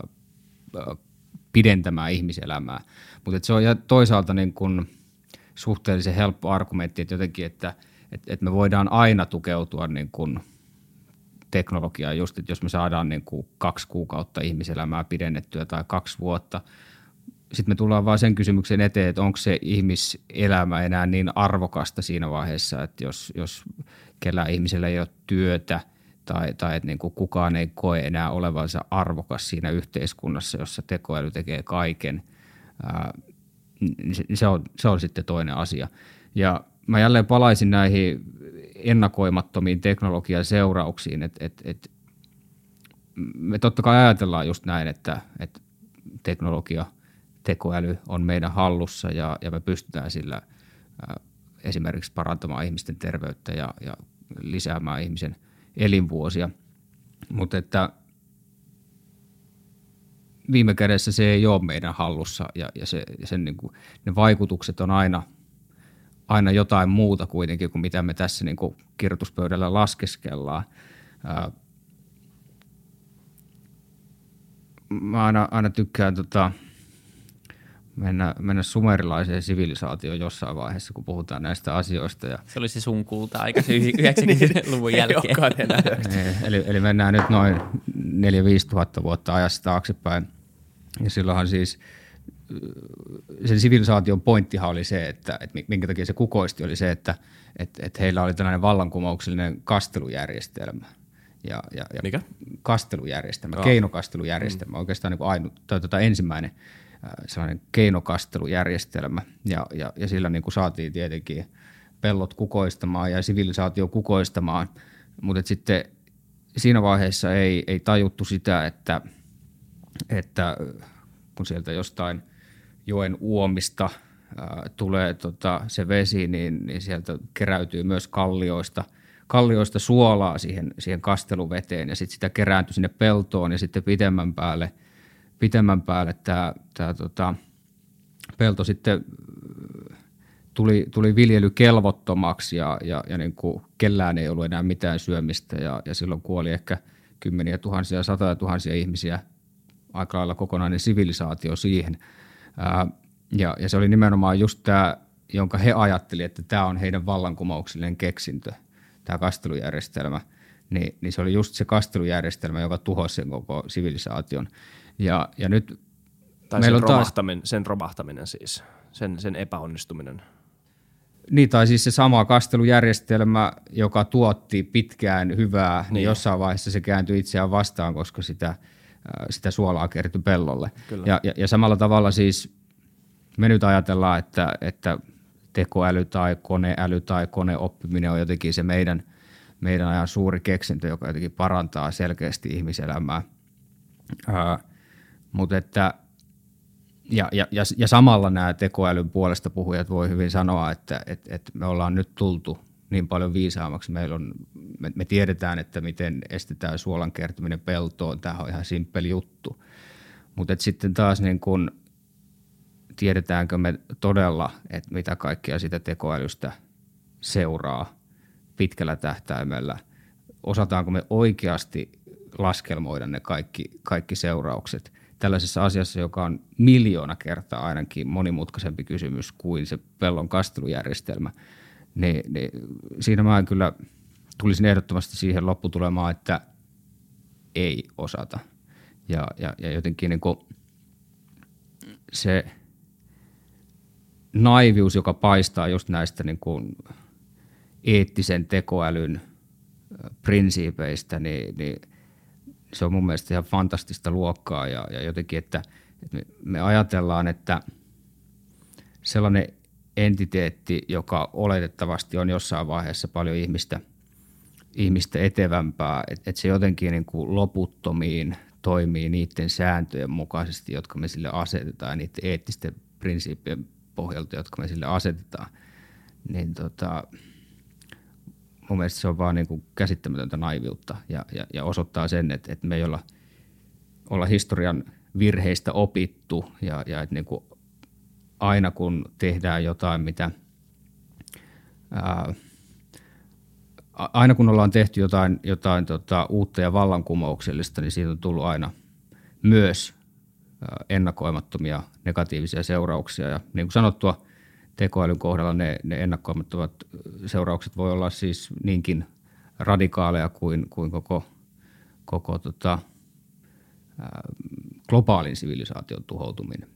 [SPEAKER 1] pidentämään ihmiselämää. Mutta se on toisaalta niin kuin suhteellisen helppo argumentti, että jotenkin, että, että, että me voidaan aina tukeutua niin kuin teknologiaan just, että jos me saadaan niin kuin kaksi kuukautta ihmiselämää pidennettyä tai kaksi vuotta, sitten me tullaan vaan sen kysymyksen eteen, että onko se ihmiselämä enää niin arvokasta siinä vaiheessa, että jos, jos kellään ihmisellä ei ole työtä tai, tai että niin kuin kukaan ei koe enää olevansa arvokas siinä yhteiskunnassa, jossa tekoäly tekee kaiken, ää, niin se on, se on sitten toinen asia. Ja mä jälleen palaisin näihin ennakoimattomiin teknologian seurauksiin, että et, et me totta kai ajatellaan just näin, että et teknologia, tekoäly on meidän hallussa ja, ja me pystytään sillä ää, esimerkiksi parantamaan ihmisten terveyttä ja, ja lisäämään ihmisen elinvuosia, mutta että viime kädessä se ei ole meidän hallussa ja, ja, se, ja sen niin kuin, ne vaikutukset on aina, aina jotain muuta kuitenkin kuin mitä me tässä niin kuin kirjoituspöydällä laskeskellaan. Ää, mä aina, aina tykkään tota, mennä, mennä sumerilaiseen sivilisaatioon jossain vaiheessa, kun puhutaan näistä asioista. Ja
[SPEAKER 3] se oli se sun kulta-aika yhdeksänkymmentäluvun jälkeen.
[SPEAKER 1] eli, eli mennään nyt noin neljä viisi tuhatta vuotta ajassa taaksepäin. Ja silloinhan siis sen sivilisaation pointtihan oli se, että, että minkä takia se kukoisti, oli se, että että, että heillä oli tällainen vallankumouksellinen kastelujärjestelmä. Ja, ja, ja
[SPEAKER 2] Mikä?
[SPEAKER 1] Kastelujärjestelmä,
[SPEAKER 2] oh.
[SPEAKER 1] keinokastelujärjestelmä, mm. oikeastaan niin kuin ainut, tai tuota ensimmäinen sellainen keinokastelujärjestelmä ja, ja, ja sillä niin kuin saatiin tietenkin pellot kukoistamaan ja sivilisaatio kukoistamaan, mutta sitten siinä vaiheessa ei, ei tajuttu sitä, että, että kun sieltä jostain joen uomista ää, tulee tota, se vesi, niin, niin sieltä keräytyy myös kallioista, kallioista suolaa siihen, siihen kasteluveteen ja sitten sitä kerääntyi sinne peltoon ja sitten pitemmän päälle pitemmän päälle tämä, tämä tota, pelto sitten tuli, tuli viljelykelvottomaksi ja, ja, ja niin kuin kellään ei ollut enää mitään syömistä ja, ja silloin kuoli ehkä kymmeniä tuhansia, satoja tuhansia ihmisiä, aika lailla kokonainen sivilisaatio siihen. Ää, ja, ja se oli nimenomaan just tämä, jonka he ajattelivat, että tämä on heidän vallankumouksellinen keksintö, tämä kastelujärjestelmä. Ni, niin se oli just se kastelujärjestelmä, joka tuhosi sen koko sivilisaation. Ja, ja nyt
[SPEAKER 2] tai
[SPEAKER 1] meillä
[SPEAKER 2] sen,
[SPEAKER 1] on
[SPEAKER 2] romahtaminen, taas, sen romahtaminen siis, sen, sen epäonnistuminen.
[SPEAKER 1] Niin, tai siis se sama kastelujärjestelmä, joka tuotti pitkään hyvää, niin, niin jossain vaiheessa se kääntyi itseään vastaan, koska sitä, sitä suolaa kertyi pellolle. Ja, ja, ja samalla tavalla siis me nyt ajatellaan, että, että tekoäly tai koneäly tai koneoppiminen on jotenkin se meidän, meidän ajan suuri keksintö, joka jotenkin parantaa selkeästi ihmiselämää. Ää, Mutta että, ja, ja, ja samalla nämä tekoälyn puolesta puhujat voi hyvin sanoa, että et, et me ollaan nyt tultu niin paljon viisaammaksi. Meillä on, me, me tiedetään, että miten estetään suolan kertyminen peltoon. Tämä on ihan simppeli juttu. Mutta sitten taas niin kun, tiedetäänkö me todella, että mitä kaikkea sitä tekoälystä seuraa pitkällä tähtäimellä. Osataanko me oikeasti laskelmoida ne kaikki, kaikki seuraukset tällaisessa asiassa, joka on miljoona kertaa ainakin monimutkaisempi kysymys kuin se pellon kastelujärjestelmä. Ne, ne, siinä mä kyllä tulisin ehdottomasti siihen lopputulemaan, että ei osata. Ja, ja, ja jotenkin niin kuin se naivius, joka paistaa just näistä niin kuin eettisen tekoälyn prinsiipeistä, niin, niin se on mun mielestä ihan fantastista luokkaa ja, ja jotenkin, että, että me, me ajatellaan, että sellainen entiteetti, joka oletettavasti on jossain vaiheessa paljon ihmistä, ihmistä etevämpää, että, että se jotenkin niin kuin loputtomiin toimii niiden sääntöjen mukaisesti, jotka me sille asetetaan ja niiden eettisten prinsiippien pohjalta, jotka me sille asetetaan, niin tota, mun mielestä se on vaan niin kuin käsittämätöntä naiviutta ja, ja, ja osoittaa sen, että, että me ei olla, olla historian virheistä opittu ja, ja että niin kuin aina kun tehdään jotain, mitä ää, aina kun ollaan tehty jotain, jotain tota, uutta ja vallankumouksellista, niin siitä on tullut aina myös ää, ennakoimattomia negatiivisia seurauksia ja niin kuin sanottua, tekoälyn kohdalla ne, ne ennakoimattomat seuraukset voi olla siis niinkin radikaaleja kuin, kuin koko, koko tota, ää, globaalin sivilisaation tuhoutuminen.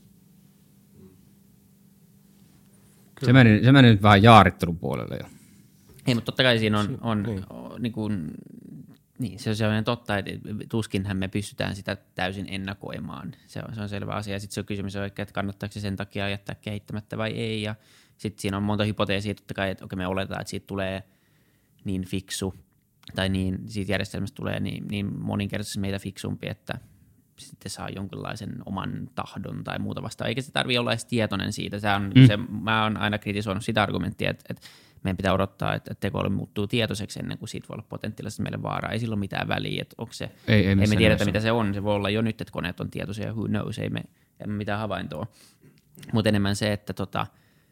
[SPEAKER 1] Se meni, se meni nyt vähän jaarittelun puolelle jo.
[SPEAKER 3] Ei, mutta totta kai siinä on, on niin. Niin kuin, niin, se on sellainen totta, että tuskinhän me pystytään sitä täysin ennakoimaan. Se on, se on selvä asia. Sitten se on kysymys, että kannattaako se sen takia jättää kehittämättä vai ei. Ja sitten siinä on monta hypoteesia totta kai, että me oletaan, että siitä tulee niin fiksu tai niin, siitä järjestelmästä tulee niin, niin moninkertaisesti meitä fiksumpi, että sitten saa jonkinlaisen oman tahdon tai muuta vastaan. Eikä se tarvitse olla edes tietoinen siitä. Se on, mm. se, mä oon aina kritisoinut sitä argumenttia, että, että meidän pitää odottaa, että tekoäly muuttuu tietoiseksi ennen kuin siitä voi olla potentiaalisesti meille vaaraa. Ei sillä ole mitään väliä, että onko se, ei, ei, ei me tiedetä mitä se on. Se voi olla jo nyt, että koneet on tietoisia, who knows, ei me, ei me mitään havaintoa. Mutta enemmän se, että tota,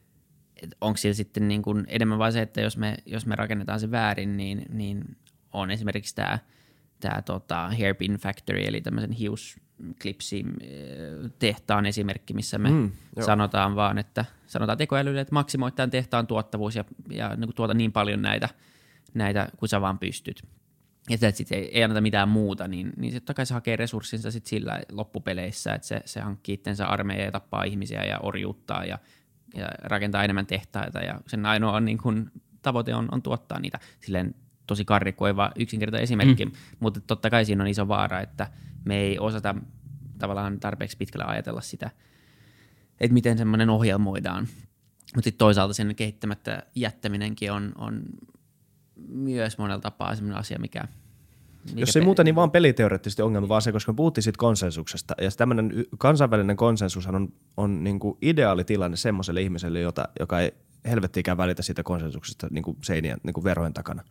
[SPEAKER 3] et onko sillä sitten niin kuin enemmän vaan se, että jos me, jos me rakennetaan se väärin, niin, niin on esimerkiksi tämä tää tota Hairpin Factory, eli tämmöisen hiusklipsin tehtaan esimerkki, missä me mm, sanotaan vaan, että sanotaan tekoälylle, että maksimoi tämän tehtaan tuottavuus ja, ja niin kuin tuota niin paljon näitä, näitä kuin sä vaan pystyt. Ja että sitten ei, ei anneta mitään muuta, niin, niin sitten kai se hakee resurssinsa sit sillä loppupeleissä, että se, se hankkii itsensä armeija ja tappaa ihmisiä ja orjuuttaa ja, ja rakentaa enemmän tehtaita ja sen ainoa niin kuin tavoite on, on tuottaa niitä silleen tosi karrikoiva yksinkertainen esimerkki, mm. mutta totta kai siinä on iso vaara, että me ei osata tavallaan tarpeeksi pitkälle ajatella sitä, että miten semmoinen ohjelmoidaan. Mutta sitten toisaalta sen kehittämättä jättäminenkin on, on myös monella tapaa semmoinen asia, mikä...
[SPEAKER 2] Jos ei pe- muuta, niin vaan peliteoreettisesti ongelma, vaan se, koska me puhuttiin siitä konsensuksesta. Ja tämmöinen kansainvälinen konsensushan on, on niin kuin ideaali tilanne semmoiselle ihmiselle, jota, joka ei helvettiikään välitä siitä konsensuksesta niin kuin seinien, niin kuin verojen takana.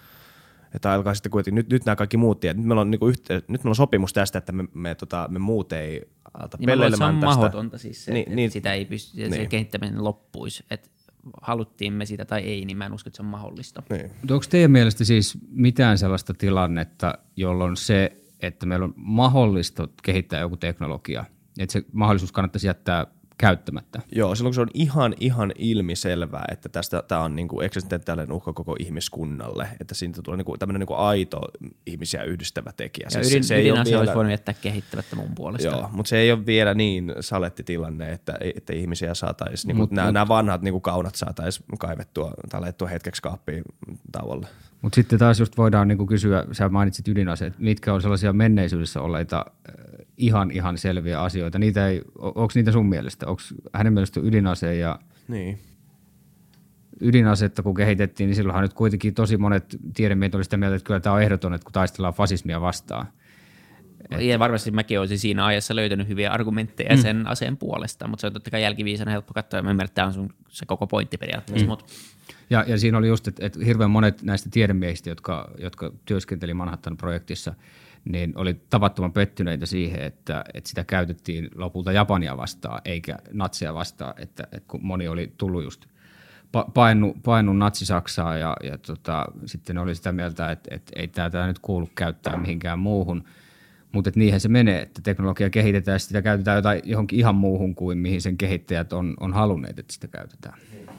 [SPEAKER 2] Että alkaa sitten kuitenkin, nyt, nyt nämä kaikki muut tiedät. Nyt meillä on, niin kuin yhte, nyt meillä on sopimus tästä, että me, me, tota, me muut ei alta niin pelleilemään tästä.
[SPEAKER 3] Se on mahdotonta siis se,
[SPEAKER 2] niin,
[SPEAKER 3] että
[SPEAKER 2] niin,
[SPEAKER 3] sitä ei pysty, niin. se kehittäminen loppuisi. Että haluttiin me sitä tai ei, niin mä en usko, että se on mahdollista.
[SPEAKER 1] Niin. Onko teidän mielestä siis mitään sellaista tilannetta, jolloin se, että meillä on mahdollista kehittää joku teknologia, että se mahdollisuus kannattaisi jättää käyttämättä?
[SPEAKER 2] Joo, silloin kun se on ihan, ihan ilmiselvää, että tästä tämä on niinku eksistentiaalinen uhka koko ihmiskunnalle, että siitä tulee niinku tämmöinen niinku aito ihmisiä yhdistävä tekijä.
[SPEAKER 3] Ja siis ydin, se ydinasia vielä... olisi voinut jättää kehittämättä mun puolesta.
[SPEAKER 2] Joo, mutta se ei ole vielä niin salettitilanne, että, että ihmisiä saataisiin, niinku, mut, nämä, mut... nämä vanhat niinku kaunat saataisiin kaivettua tai laittua hetkeksi kaappiin tauolle.
[SPEAKER 1] Mutta sitten taas just voidaan niinku kysyä, sä mainitsit ydinaseet, mitkä on sellaisia menneisyydessä olleita äh, ihan ihan selviä asioita. Niitä ei, onko niitä sun mielestä? Onko hänen mielestä ydinase ja
[SPEAKER 2] niin.
[SPEAKER 1] ydinasetta kun kehitettiin, niin silloinhan nyt kuitenkin tosi monet tiedemiehet oli sitä mieltä, että kyllä tämä on ehdoton, että kun taistellaan fasismia vastaan.
[SPEAKER 3] Ja varmasti mäkin olisin siinä ajassa löytänyt hyviä argumentteja mm. sen aseen puolesta, mutta se on totta kai jälkiviisana helppo katsoa, ja mä ymmärrän, että tämä on sun, se koko pointti periaatteessa. Mm. Mut.
[SPEAKER 1] Ja, ja siinä oli just, että, että hirveän monet näistä tiedemiehistä, jotka, jotka työskenteli Manhattan-projektissa, niin oli tavattoman pettyneitä siihen, että, että sitä käytettiin lopulta Japania vastaan, eikä natseja vastaan, että, että kun moni oli tullut just painunut, painunut natsi-Saksaa ja, ja tota, sitten oli sitä mieltä, että, että ei tätä nyt kuulu käyttää mihinkään muuhun, mutta niinhän se menee, että teknologia kehitetään ja sitä käytetään jotain, johonkin ihan muuhun kuin mihin sen kehittäjät on, on halunneet, että sitä käytetään.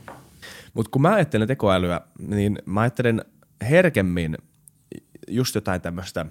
[SPEAKER 2] Mutta kun mä ajattelen tekoälyä, niin mä ajattelen herkemmin just jotain tämmöistä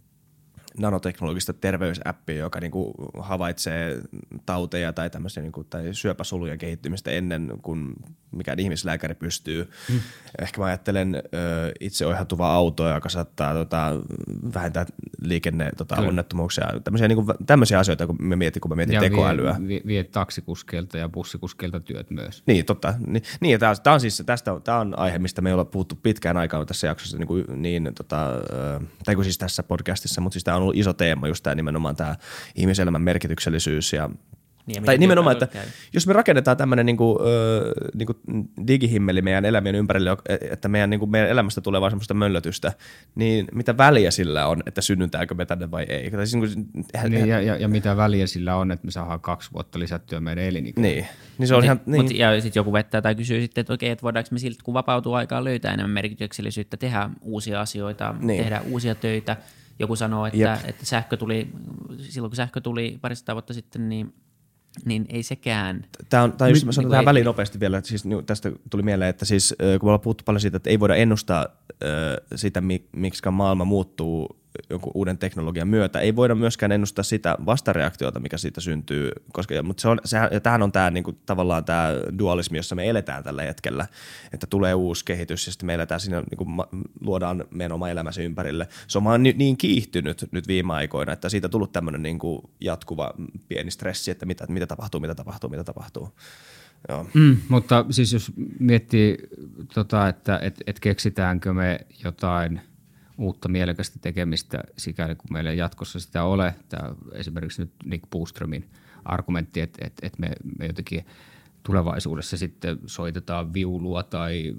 [SPEAKER 2] nanoteknologista terveysäppiä, joka niinku havaitsee tauteja tai tämmöisiä niinku, tai syöpäsolujen kehittymistä ennen kuin mikään ihmislääkäri pystyy. Hmm. Ehkä mä ajattelen ö, itseohjautuva auto, joka saattaa tota, vähentää liikenne tota, onnettomuuksia. Tämmöisiä, niinku, tämmöisiä asioita, kun mä mietin, kun mä mietin ja tekoälyä.
[SPEAKER 1] Vie, vie, vie taksikuskeilta ja bussikuskeilta työt myös.
[SPEAKER 2] Niin, totta. Ni, niin, ja tää, tää on siis, tästä on, tää on aihe, mistä me ei olla puhuttu pitkään aikaan tässä jaksossa, niin, kuin, niin tota, tai kuin siis tässä podcastissa, mutta siis tää on ollut iso teema, just tämä nimenomaan tämä ihmiselämän merkityksellisyys ja niin, tai nimenomaan, että käy. Jos me rakennetaan tämmöinen niinku, ö, niinku digihimmeli meidän elämien ympärille, että meidän, niinku, meidän elämästä tulee vaan semmoista möllötystä, niin mitä väliä sillä on, että synnytäänkö me tänne vai ei? Tai siis, niinku,
[SPEAKER 1] niin, ja, ja, ja mitä väliä sillä on, että me saadaan kaksi vuotta lisättyä meidän elinikään.
[SPEAKER 2] Niin. niin, se on ihan, niin.
[SPEAKER 3] Mut, ja sitten joku vettää tai kysyy sitten, että okei, että voidaanko me siltä, kun vapautuu aikaa löytää enemmän merkityksellisyyttä, tehdä uusia asioita, niin. tehdä uusia töitä. Joku sanoo, että, että sähkö tuli, silloin kun sähkö tuli parista vuotta sitten, niin niin ei sekään. Tämä on,
[SPEAKER 2] tämä on just, mä sanon tähän väliin nopeasti vielä, että siis, tästä tuli mieleen, että siis, kun me ollaan puhuttu paljon siitä, että ei voida ennustaa äh, sitä, miksi maailma muuttuu jonkun uuden teknologian myötä, ei voida myöskään ennustaa sitä vastareaktiota, mikä siitä syntyy, koska, mutta se on, sehän, ja tämähän on tämä, niin kuin, tavallaan tämä dualismi, jossa me eletään tällä hetkellä, että tulee uusi kehitys ja sitten me eletään siinä, niin kuin, luodaan meidän oma elämänsä ympärille. Se on vaan niin kiihtynyt nyt viime aikoina, että siitä on tullut tämmöinen niin kuin jatkuva pieni stressi, että mitä, mitä tapahtuu, mitä tapahtuu, mitä tapahtuu. Joo.
[SPEAKER 1] Mm, mutta siis jos miettii, tota, että et, et keksitäänkö me jotain uutta mielekästä tekemistä sikäli, kun meillä ei jatkossa sitä ole. Tämä esimerkiksi nyt Nick Boströmin argumentti, että, että, että me, me jotenkin tulevaisuudessa sitten soitetaan viulua tai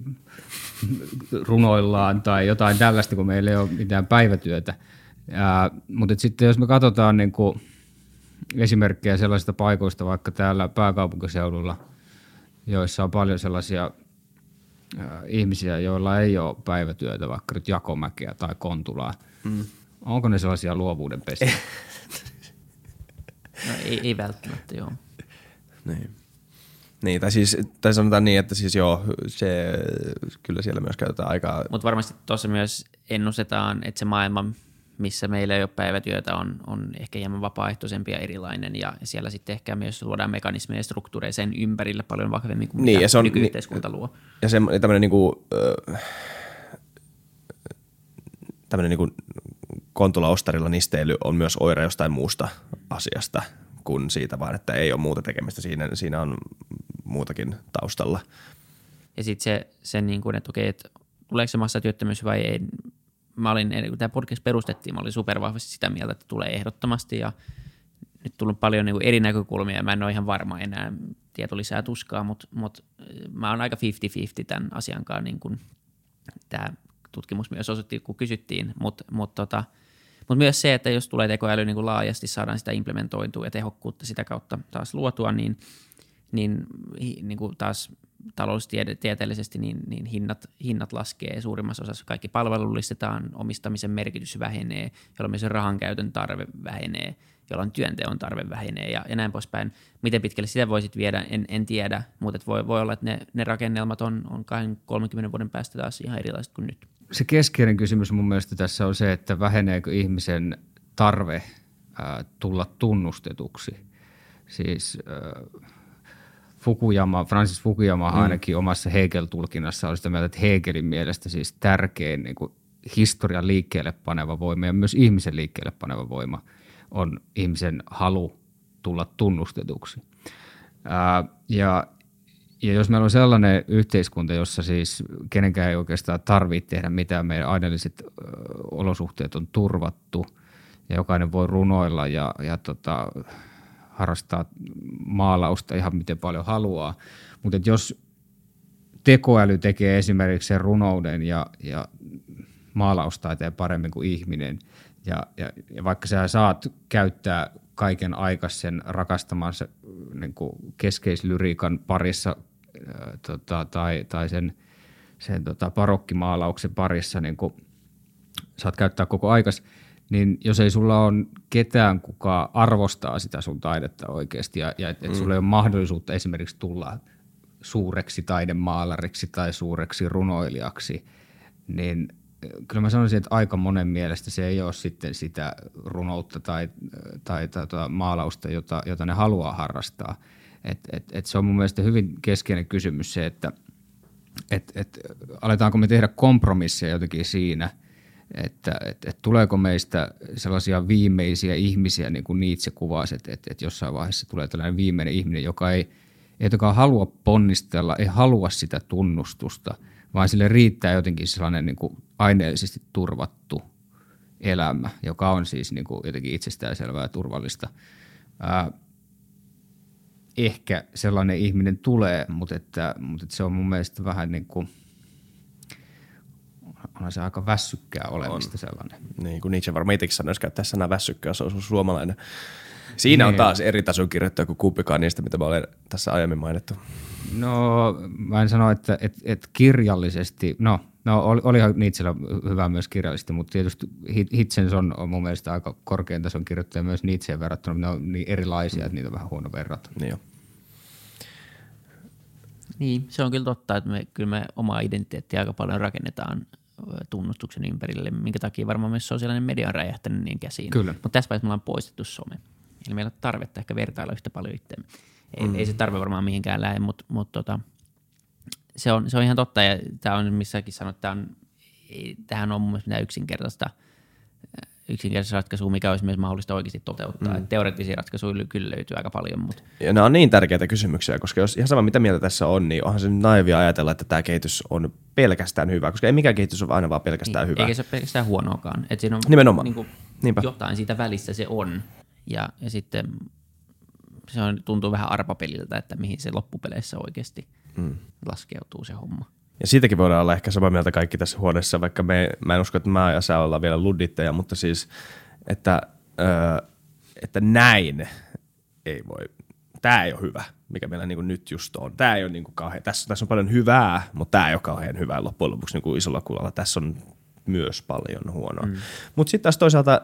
[SPEAKER 1] runoillaan tai jotain tällaista, kun meillä ei ole mitään päivätyötä. Ää, mutta sitten jos me katsotaan niin kuin esimerkkejä sellaisista paikoista, vaikka täällä pääkaupunkiseudulla, joissa on paljon sellaisia ihmisiä, joilla ei ole päivätyötä, vaikka nyt Jakomäkeä tai Kontulaa. Mm. Onko ne sellaisia luovuuden pesiä?
[SPEAKER 3] No, ei, ei välttämättä, joo.
[SPEAKER 2] Niin. Niin, tai, siis, tai sanotaan niin, että siis joo, se, kyllä siellä myös käytetään aikaa.
[SPEAKER 3] Mutta varmasti tuossa myös ennustetaan, että se maailma, missä meillä ei ole päivätyötä, on, on ehkä hieman vapaaehtoisempi ja erilainen, ja siellä sitten ehkä myös luodaan mekanismeja ja struktuureja sen ympärille paljon vahvemmin kuin niin, mitä se on, nykyyhteiskunta niin, luo.
[SPEAKER 2] Ja se, tämmöinen niinku, tämmöinen niinku Kontula-ostarilla nisteily on myös oire jostain muusta asiasta kuin siitä vaan, että ei ole muuta tekemistä, siinä, siinä on muutakin taustalla.
[SPEAKER 3] Ja sitten se, se niin kuin, että okei, että tuleeko se massatyöttömyys vai ei. Mä olin, kun tämä podcast perustettiin, mä olin supervahvasti sitä mieltä, että tulee ehdottomasti ja nyt tullut paljon niin kuin eri näkökulmia ja mä en ole ihan varma enää, tieto lisää tuskaa, mutta, mutta mä oon aika viisikymmentä viisikymmentä tämän asian kanssa, niin kuin tämä tutkimus myös osoitti, kun kysyttiin, mutta, mutta, tota, mutta myös se, että jos tulee tekoäly niin kuin laajasti, saadaan sitä implementoitua ja tehokkuutta sitä kautta taas luotua, niin, niin, niin kuin taas taloustieteellisesti niin, niin hinnat, hinnat laskee suurimmassa osassa. Kaikki palvelullistetaan, omistamisen merkitys vähenee, jolloin myös rahan käytön tarve vähenee, jolloin työnteon tarve vähenee ja, ja näin poispäin. Miten pitkälle sitä voisit viedä, en, en tiedä, mutta voi, voi olla, että ne, ne rakennelmat on, on kaksikymmentä kolmekymmentä vuoden päästä taas ihan erilaiset kuin nyt.
[SPEAKER 1] Se keskeinen kysymys mun mielestä tässä on se, että väheneekö ihmisen tarve ää, tulla tunnustetuksi. Siis Äh, Fukuyama, Francis Fukuyama mm. ainakin omassa Hegel-tulkinnassa oli sitä mieltä, että Hegelin mielestä siis tärkein niin kuin historian liikkeelle paneva voima ja myös ihmisen liikkeelle paneva voima on ihmisen halu tulla tunnustetuksi. Ää, ja, ja jos meillä on sellainen yhteiskunta, jossa siis kenenkään ei oikeastaan tarvitse tehdä mitään, meidän aineelliset ö, olosuhteet on turvattu ja jokainen voi runoilla ja, ja tota, harrastaa maalausta ihan miten paljon haluaa. Mutta jos tekoäly tekee esimerkiksi sen runouden ja, ja maalaustaiteen paremmin kuin ihminen, ja, ja, ja vaikka sä saat käyttää kaiken aikaa sen rakastamansa niin kuin keskeislyriikan parissa ää, tota, tai, tai sen, sen tota, barokkimaalauksen parissa, niin kuin saat käyttää koko aikas, niin jos ei sulla ole ketään, kuka arvostaa sitä sun taidetta oikeasti ja, ja että et sulla ei ole mahdollisuutta esimerkiksi tulla suureksi taidemaalariksi tai suureksi runoilijaksi, niin kyllä mä sanoisin, että aika monen mielestä se ei ole sitten sitä runoutta tai, tai, tai, tai maalausta, jota, jota ne haluaa harrastaa. Et, et, et se on mun mielestä hyvin keskeinen kysymys se, että et, et, aletaanko me tehdä kompromisseja jotenkin siinä, että et, et tuleeko meistä sellaisia viimeisiä ihmisiä, niin kuin Nietzsche kuvasi, että et, et jossain vaiheessa tulee tällainen viimeinen ihminen, joka ei, ei halua ponnistella, ei halua sitä tunnustusta, vaan sille riittää jotenkin sellainen niin kuin aineellisesti turvattu elämä, joka on siis niin kuin jotenkin itsestäänselvää ja turvallista. Ää, ehkä sellainen ihminen tulee, mutta, että, mutta että se on mun mielestä vähän niin kuin, onhan se aika väsykkää olemista on sellainen.
[SPEAKER 2] Niin kuin Nietzsche varmaan itsekin sanoisi, käyttää sanaa väsykkää, se on suomalainen. Siinä on taas eri tason kirjoittaja kuin kumpikaan niistä, mitä mä olen tässä aiemmin mainittu.
[SPEAKER 1] No mä en sano, että et, et kirjallisesti, no, no olihan Nietzschellä hyvä myös kirjallisesti, mutta tietysti Hitchens on mun mielestä aika korkean tason kirjoittaja myös Nietzscheen verrattuna, mutta ne on niin erilaisia, että niitä on vähän huono verrata.
[SPEAKER 2] Niin jo.
[SPEAKER 3] Niin, se on kyllä totta, että me, kyllä me omaa identiteettiä aika paljon rakennetaan tunnustuksen ympärille, minkä takia varmaan myös sosiaalinen media on räjähtänyt niin käsiin.
[SPEAKER 1] Kyllä.
[SPEAKER 3] Mutta tässä vaiheessa me ollaan poistettu some. Eli meillä on tarvetta ehkä vertailla yhtä paljon itseämme. Ei, mm. ei se tarve varmaan mihinkään lähde, mutta mut tota, se, on, se on ihan totta. Ja tämä on missäkin sanonut, että tämä on, ei, tämähän on mun mielestä mitään yksinkertaista, yksinkertaista ratkaisua, mikä olisi myös mahdollista oikeasti toteuttaa. Mm. Teoreettisia ratkaisuja kyllä löytyy aika paljon. Mutta.
[SPEAKER 2] Ja nämä on niin tärkeitä kysymyksiä, koska jos ihan sama mitä mieltä tässä on, niin onhan se nyt naivia ajatella, että tämä kehitys on pelkästään hyvä, koska ei mikään kehitys ole aina vaan pelkästään
[SPEAKER 3] niin,
[SPEAKER 2] hyvä.
[SPEAKER 3] Eikä se ole pelkästään huonoakaan. Että siinä on
[SPEAKER 2] nimenomaan.
[SPEAKER 3] Niin kuin jotain siitä välissä se on. Ja, ja sitten se on, tuntuu vähän arpapeliltä, että mihin se loppupeleissä oikeasti mm. laskeutuu se homma.
[SPEAKER 2] Ja siitäkin voidaan olla ehkä samaa mieltä kaikki tässä huoneessa, vaikka me, mä en usko, että mä ja sä ollaan vielä ludditteja, mutta siis, että, öö, että näin ei voi, tää ei ole hyvä, mikä meillä niin kuin nyt just on. Tää ei ole niin kuin kauhean, tässä, tässä on paljon hyvää, mutta tää ei ole kauhean hyvää loppujen lopuksi niin kuin isolla kuvalla. Tässä on myös paljon huonoa. Mm. Mutta sitten taas toisaalta,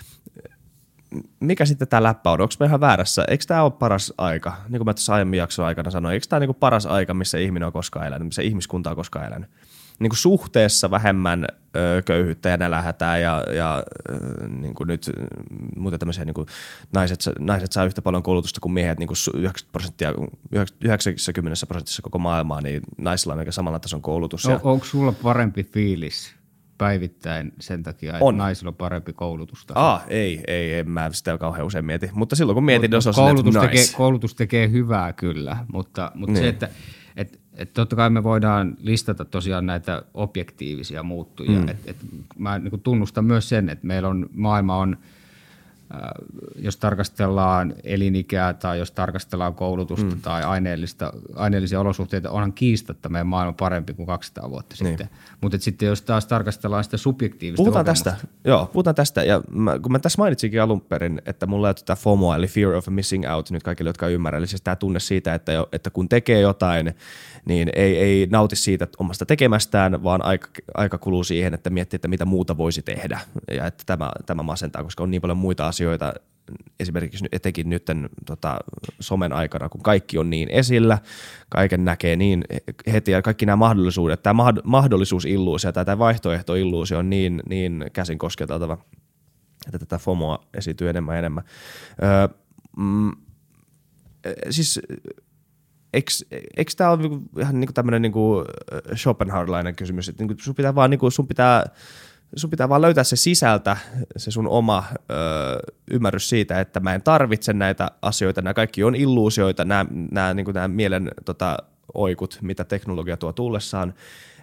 [SPEAKER 2] mikä sitten tämä läppä on? Onko me ihan väärässä? Eikö tämä ole paras aika? Niin kuin mä tässä aiemmin jakson aikana sanoin, eikö tämä niinku paras aika, missä ihminen on koskaan elänyt, missä ihmiskunta on koskaan elänyt? Niin kuin suhteessa vähemmän ö, köyhyyttä ja nälähätää ja, ja ö, niin kuin nyt muuta tämmöisiä, niin kuin naiset, naiset saa yhtä paljon koulutusta kuin miehet, niin kuin yhdeksänkymmentä prosenttia, yhdeksänkymmentä prosentissa koko maailmaa, niin naisilla on aika samalla tason koulutus.
[SPEAKER 1] O,
[SPEAKER 2] ja...
[SPEAKER 1] Onko sulla parempi fiilis päivittäin sen takia, että on. Naisilla on parempi koulutusta?
[SPEAKER 2] Ah, ei, ei, en mä sitä kauhean usein mieti. Mutta silloin kun mietin,
[SPEAKER 1] mut,
[SPEAKER 2] jos
[SPEAKER 1] mut
[SPEAKER 2] on
[SPEAKER 1] koulutus,
[SPEAKER 2] nice.
[SPEAKER 1] tekee, koulutus tekee hyvää kyllä, mutta, mutta niin. se, että et, et totta kai me voidaan listata tosiaan näitä objektiivisia muuttujia. Mm. Et, et mä niin kuin tunnustan myös sen, että meillä on, maailma on, äh, jos tarkastellaan elinikää tai jos tarkastellaan koulutusta mm. tai aineellista, aineellisia olosuhteita, onhan kiistatta meidän maailma parempi kuin kaksisataa vuotta niin. sitten. Mutta sitten jos taas tarkastellaan sitä subjektiivista
[SPEAKER 2] puhutaan
[SPEAKER 1] kokemusta.
[SPEAKER 2] tästä, joo, puhutaan tästä. Ja mä, kun mä tässä mainitsinkin alun perin, että mulla on tätä FOMO, eli fear of missing out, nyt kaikille, jotka ymmärrä. Eli siis tämä tunne siitä, että, jo, että kun tekee jotain, niin ei, ei nauti siitä omasta tekemästään, vaan aika, aika kuluu siihen, että miettii, että mitä muuta voisi tehdä. Ja että tämä, tämä masentaa, koska on niin paljon muita asioita, esimerkiksi etenkin nyt tota, somen aikana, kun kaikki on niin esillä, kaiken näkee niin heti ja kaikki nämä mahdollisuudet, tämä mahdollisuusilluusio tai tämä vaihtoehtoilluusio on niin, niin käsin kosketeltava, että tätä FOMOa esiintyy enemmän ja enemmän. Öö, mm, siis eikö tämä ole ihan niinku tämmöinen niinku Schopenhauerilainen kysymys, että niinku sun pitää vaan niinku, sun pitää Sun pitää vaan löytää se sisältä, se sun oma ö, ymmärrys siitä, että mä en tarvitse näitä asioita, nämä kaikki on illuusioita, nämä, nämä, niin kuin nämä mielen tota, oikut, mitä teknologia tuo tullessaan,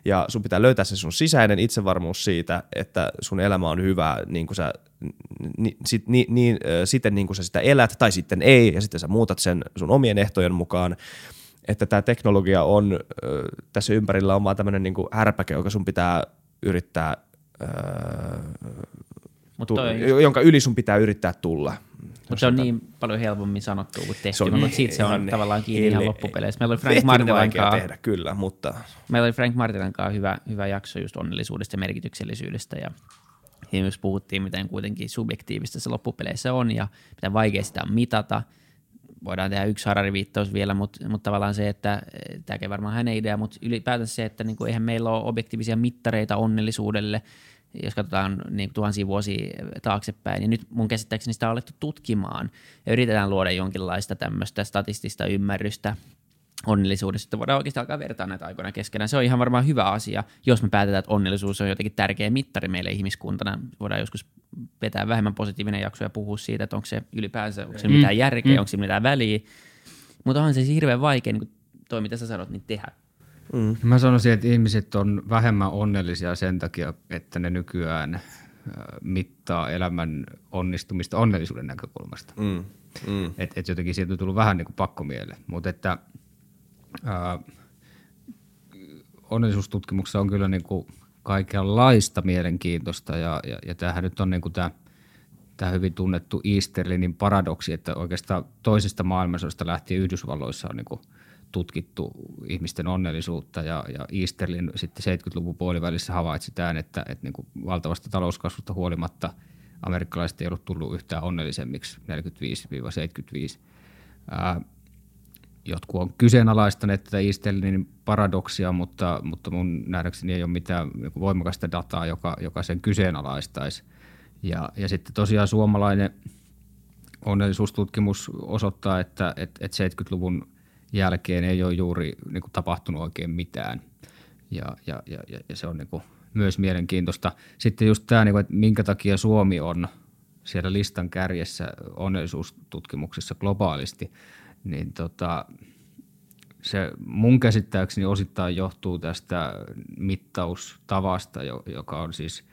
[SPEAKER 2] ja sun pitää löytää se sun sisäinen itsevarmuus siitä, että sun elämä on hyvä niin kuin sä, ni, sit, ni, ni, siten niin kuin sä sitä elät tai sitten ei ja sitten sä muutat sen sun omien ehtojen mukaan, että tämä teknologia on, tässä ympärillä on vaan tämmöinen niin kuin härpäke, joka sun pitää yrittää, tu- toi, jonka yli sun pitää yrittää tulla.
[SPEAKER 3] Mutta se on niin paljon helpommin sanottua kuin tehty, mutta siitä se on tavallaan kiinni ihan loppupeleissä. Meillä oli Frank Martelan kanssa,
[SPEAKER 2] tehdä, kyllä, mutta...
[SPEAKER 3] Meillä oli Frank Martelan kanssa hyvä, hyvä jakso just onnellisuudesta ja merkityksellisyydestä ja siinä myös puhuttiin, miten kuitenkin subjektiivista se loppupeleissä on ja miten vaikea sitä on mitata. Voidaan tehdä yksi Harari-viittaus vielä, mutta, mutta tavallaan se, että tämäkin varmaan hänen idea, mutta ylipäätänsä se, että niin kuin, eihän meillä ole objektiivisia mittareita onnellisuudelle, jos katsotaan niin tuhansia vuosia taaksepäin, niin nyt mun käsittääkseni sitä on alettu tutkimaan ja yritetään luoda jonkinlaista tämmöistä statistista ymmärrystä onnellisuudesta, että voidaan oikeasti alkaa vertaa näitä aikoina keskenään. Se on ihan varmaan hyvä asia, jos me päätetään, että onnellisuus on jotenkin tärkeä mittari meille ihmiskuntana. Voidaan joskus vetää vähemmän positiivinen jakso ja puhua siitä, että onko se ylipäänsä, onko se mm. mitään järkeä, mm. onko se mitään väliä. Mutta onhan se siis hirveän vaikea, niin kuin toi mitä sä sanot, niin tehdä.
[SPEAKER 1] Mm. Mä sanoisin, että ihmiset on vähemmän onnellisia sen takia, että ne nykyään mittaa elämän onnistumista onnellisuuden näkökulmasta. Mm. Mm. Että et jotenkin siitä on tullut vähän niin kuin pakkomielle, mutta että ää, onnellisuustutkimuksessa on kyllä niin kuin kaikenlaista mielenkiintoista ja, ja, ja tämähän nyt on niin kuin tämä, tämä hyvin tunnettu Easterlinin paradoksi, että oikeastaan toisesta maailmansodasta lähtien Yhdysvalloissa on niin kuin tutkittu ihmisten onnellisuutta ja, ja Easterlin sitten seitsemänkymmentäluvun puolivälissä havaitsi tämän, että, että niin kuin valtavasta talouskasvusta huolimatta amerikkalaiset ei ollut tullut yhtään onnellisemmiksi neljäkymmentäviisi seitsemänkymmentäviisi. Ää, jotkut on kyseenalaistaneet tätä Easterlinin paradoksia, mutta, mutta mun nähdäkseni ei ole mitään voimakasta dataa, joka, joka sen kyseenalaistaisi. Ja, ja sitten tosiaan suomalainen onnellisuustutkimus osoittaa, että, että, että seitsemänkymmentäluvun jälkeen ei ole juuri niin kuin tapahtunut oikein mitään ja, ja, ja, ja se on niin kuin myös mielenkiintoista. Sitten just tämä, niin kuin, että minkä takia Suomi on siellä listan kärjessä onnellisuustutkimuksessa globaalisti, niin tota, se mun käsittääkseni osittain johtuu tästä mittaustavasta, joka on siis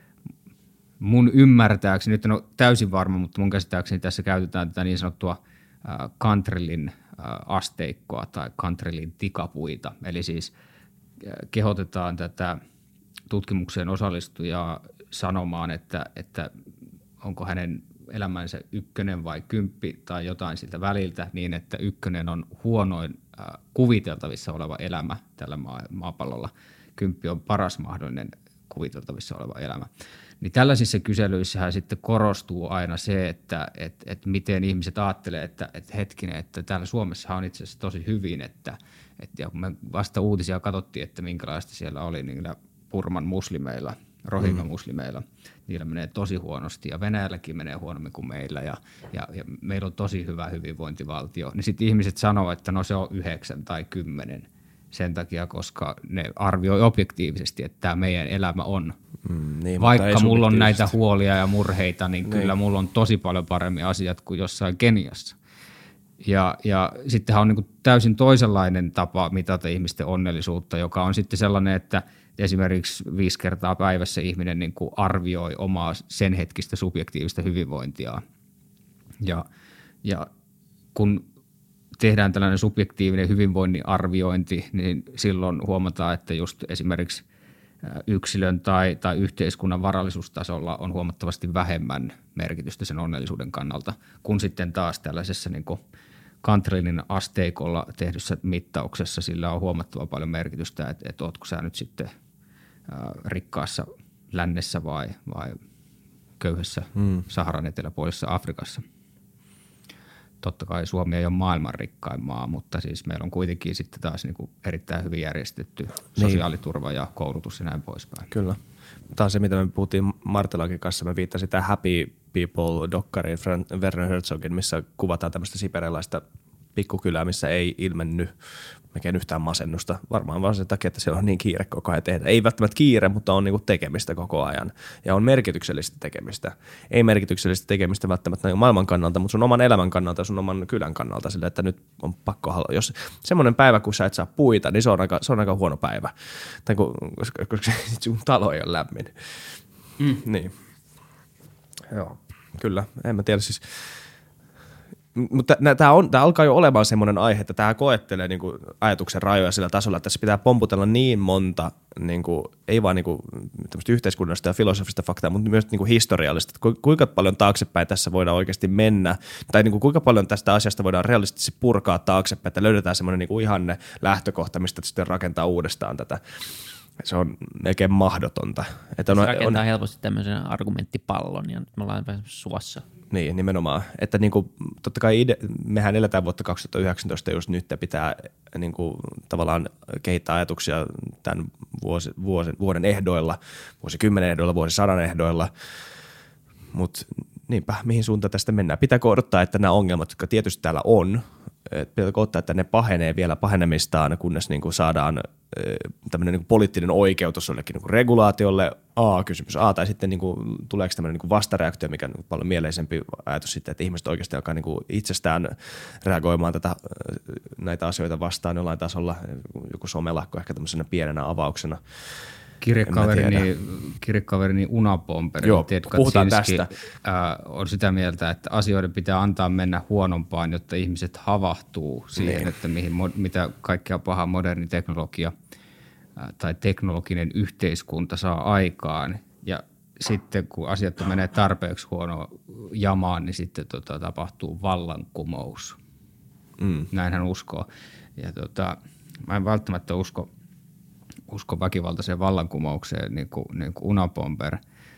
[SPEAKER 1] mun ymmärtääkseni, nyt en ole täysin varma, mutta mun käsittääkseni tässä käytetään tätä niin sanottua äh, Cantrellin asteikkoa tai Cantrellin tikapuita. Eli siis kehotetaan tätä tutkimukseen osallistujaa sanomaan, että, että onko hänen elämänsä ykkönen vai kymppi tai jotain siltä väliltä niin, että ykkönen on huonoin äh, kuviteltavissa oleva elämä tällä maa- maapallolla. Kymppi on paras mahdollinen kuviteltavissa oleva elämä. Niin tällaisissa kyselyissä sitten korostuu aina se, että et, et miten ihmiset ajattelee, että et hetkinen, että täällä Suomessa on itse asiassa tosi hyvin, että et, ja kun me vasta uutisia katsottiin, että minkälaista siellä oli niillä Burman muslimeilla, Rohingya muslimeilla, mm. niillä menee tosi huonosti ja Venäjälläkin menee huonommin kuin meillä ja, ja, ja meillä on tosi hyvä hyvinvointivaltio, niin sitten ihmiset sanoo, että no se on yhdeksän tai kymmenen sen takia, koska ne arvioi objektiivisesti, että tämä meidän elämä on. Mm, niin, vaikka mulla on näitä huolia ja murheita, niin, niin kyllä mulla on tosi paljon paremmin asiat kuin jossain Keniassa. Ja, ja sittenhän on niin kuin täysin toisenlainen tapa mitata ihmisten onnellisuutta, joka on sitten sellainen, että esimerkiksi viisi kertaa päivässä ihminen niin kuin arvioi omaa sen hetkistä subjektiivista hyvinvointiaan. Ja, ja kun tehdään tällainen subjektiivinen hyvinvoinnin arviointi, niin silloin huomataan, että just esimerkiksi yksilön tai, tai yhteiskunnan varallisuustasolla on huomattavasti vähemmän merkitystä sen onnellisuuden kannalta, kun sitten taas tällaisessa niin kuin Cantrellin asteikolla tehdyssä mittauksessa sillä on huomattavan paljon merkitystä, että, että ootko sä nyt sitten ää, rikkaassa lännessä vai, vai köyhässä hmm. Saharan eteläpuolisessa Afrikassa. Totta kai Suomi ei ole maailman rikkain maa, mutta siis meillä on kuitenkin sitten taas niin kuin erittäin hyvin järjestetty sosiaaliturva ja koulutus ja näin poispäin.
[SPEAKER 2] Kyllä. Tämä on se, mitä me puhuttiin Martelakin kanssa. Mä viittasin tähän Happy People-dokkariin Werner Herzogin, missä kuvataan tämmöistä siperialaista pikkukylää, missä ei ilmennyt melkein yhtään masennusta. Varmaan vaan sen takia, että siellä on niin kiire koko ajan tehdä. Ei välttämättä kiire, mutta on niinku tekemistä koko ajan. Ja on merkityksellistä tekemistä. Ei merkityksellistä tekemistä välttämättä maailman kannalta, mutta sun oman elämän kannalta ja sun oman kylän kannalta. Sillä, että nyt on pakko haluaa. Jos semmoinen päivä, kun sä et saa puita, niin se on aika, se on aika huono päivä. Tai kun, koska, koska sun talo ei ole lämmin. Mm. Niin. Joo, kyllä. En mä tiedä siis. Mutta tämä alkaa jo olemaan semmoinen aihe, että tämä koettelee niinku ajatuksen rajoja sillä tasolla, että tässä pitää pomputella niin monta, niinku, ei vaan niinku, yhteiskunnallista ja filosofista faktaa, mutta myös niinku historiallista, että kuinka paljon taaksepäin tässä voidaan oikeasti mennä, tai niinku, kuinka paljon tästä asiasta voidaan realistisesti purkaa taaksepäin, että löydetään semmoinen niinku ihanne lähtökohta, mistä sitten rakentaa uudestaan tätä. Se on melkein mahdotonta. Että
[SPEAKER 3] se
[SPEAKER 2] on,
[SPEAKER 3] rakentaa
[SPEAKER 2] on,
[SPEAKER 3] helposti tämmöisen argumenttipallon, ja nyt me ollaan vähän suossa.
[SPEAKER 2] Niin, nimenomaan. Että niinku, totta kai ide, mehän eletään vuotta kaksituhattayhdeksäntoista just nyt ja pitää niinku, tavallaan kehittää ajatuksia tämän vuosi, vuosi, vuoden ehdoilla, vuosikymmenen ehdoilla, vuosisadan ehdoilla. Mutta niinpä, mihin suuntaan tästä mennään? Pitääkö odottaa, että nämä ongelmat, jotka tietysti täällä on, pitääkö odottaa, että ne pahenee vielä pahenemistaan, kunnes niinku saadaan tämmöinen niinku poliittinen oikeutus jollekin niinku regulaatiolle, A-kysymys A, tai sitten niinku, tuleeko tämmöinen niinku vastareaktio, mikä on niinku paljon mieleisempi ajatus sitten, että ihmiset oikeasti alkaa niinku itsestään reagoimaan tätä, näitä asioita vastaan jollain tasolla, joku somelakko ehkä tämmöisenä pienenä avauksena.
[SPEAKER 1] Kirjekaverini, kirjekaverini Unapomperi, Ted Kaczynski, äh, on sitä mieltä, että asioiden pitää antaa mennä huonompaan, jotta ihmiset havahtuu siihen, niin. että mihin, mitä kaikkea pahaa moderni teknologia äh, tai teknologinen yhteiskunta saa aikaan. Ja sitten kun asiat menee tarpeeksi huonoa jamaan, niin sitten tota, tapahtuu vallankumous. Mm. Näin hän uskoo. Ja tota, mä en välttämättä usko usko väkivaltaiseen vallankumoukseen, niin kuin, niin kuin Unabomber.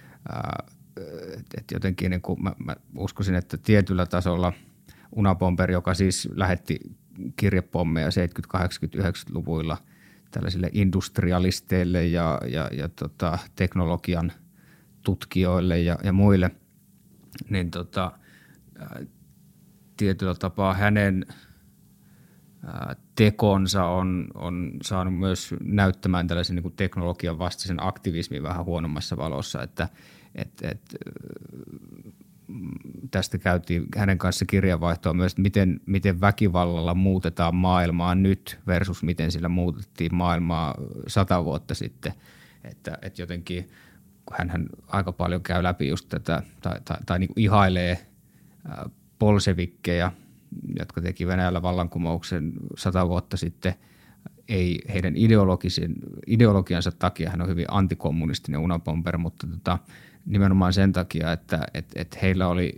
[SPEAKER 1] Että jotenkin niin kuin mä, mä uskoisin, että tietyllä tasolla Unabomber, joka siis lähetti kirjepommeja seitsemänkymmentä-, kahdeksankymmentä-, yhdeksänkymmentäluvuilla tällaisille industrialisteille ja, ja, ja tota, teknologian tutkijoille ja, ja muille, niin tota, tietyllä tapaa hänen tekonsa on, on saanut myös näyttämään tällaisen niin kuin teknologian vastaisen aktivismin vähän huonommassa valossa, että et, et, tästä käytiin hänen kanssa kirjavaihtoa myös, että miten, miten väkivallalla muutetaan maailmaa nyt versus miten sillä muutettiin maailmaa sata vuotta sitten, että et jotenkin hänhän aika paljon käy läpi just tätä tai, tai, tai niin kuin ihailee bolsevikkeja, jotka teki Venäjällä vallankumouksen sata vuotta sitten, ei heidän ideologisen, ideologiansa takia, hän on hyvin antikommunistinen Unabomber, mutta tota, nimenomaan sen takia, että et, et heillä oli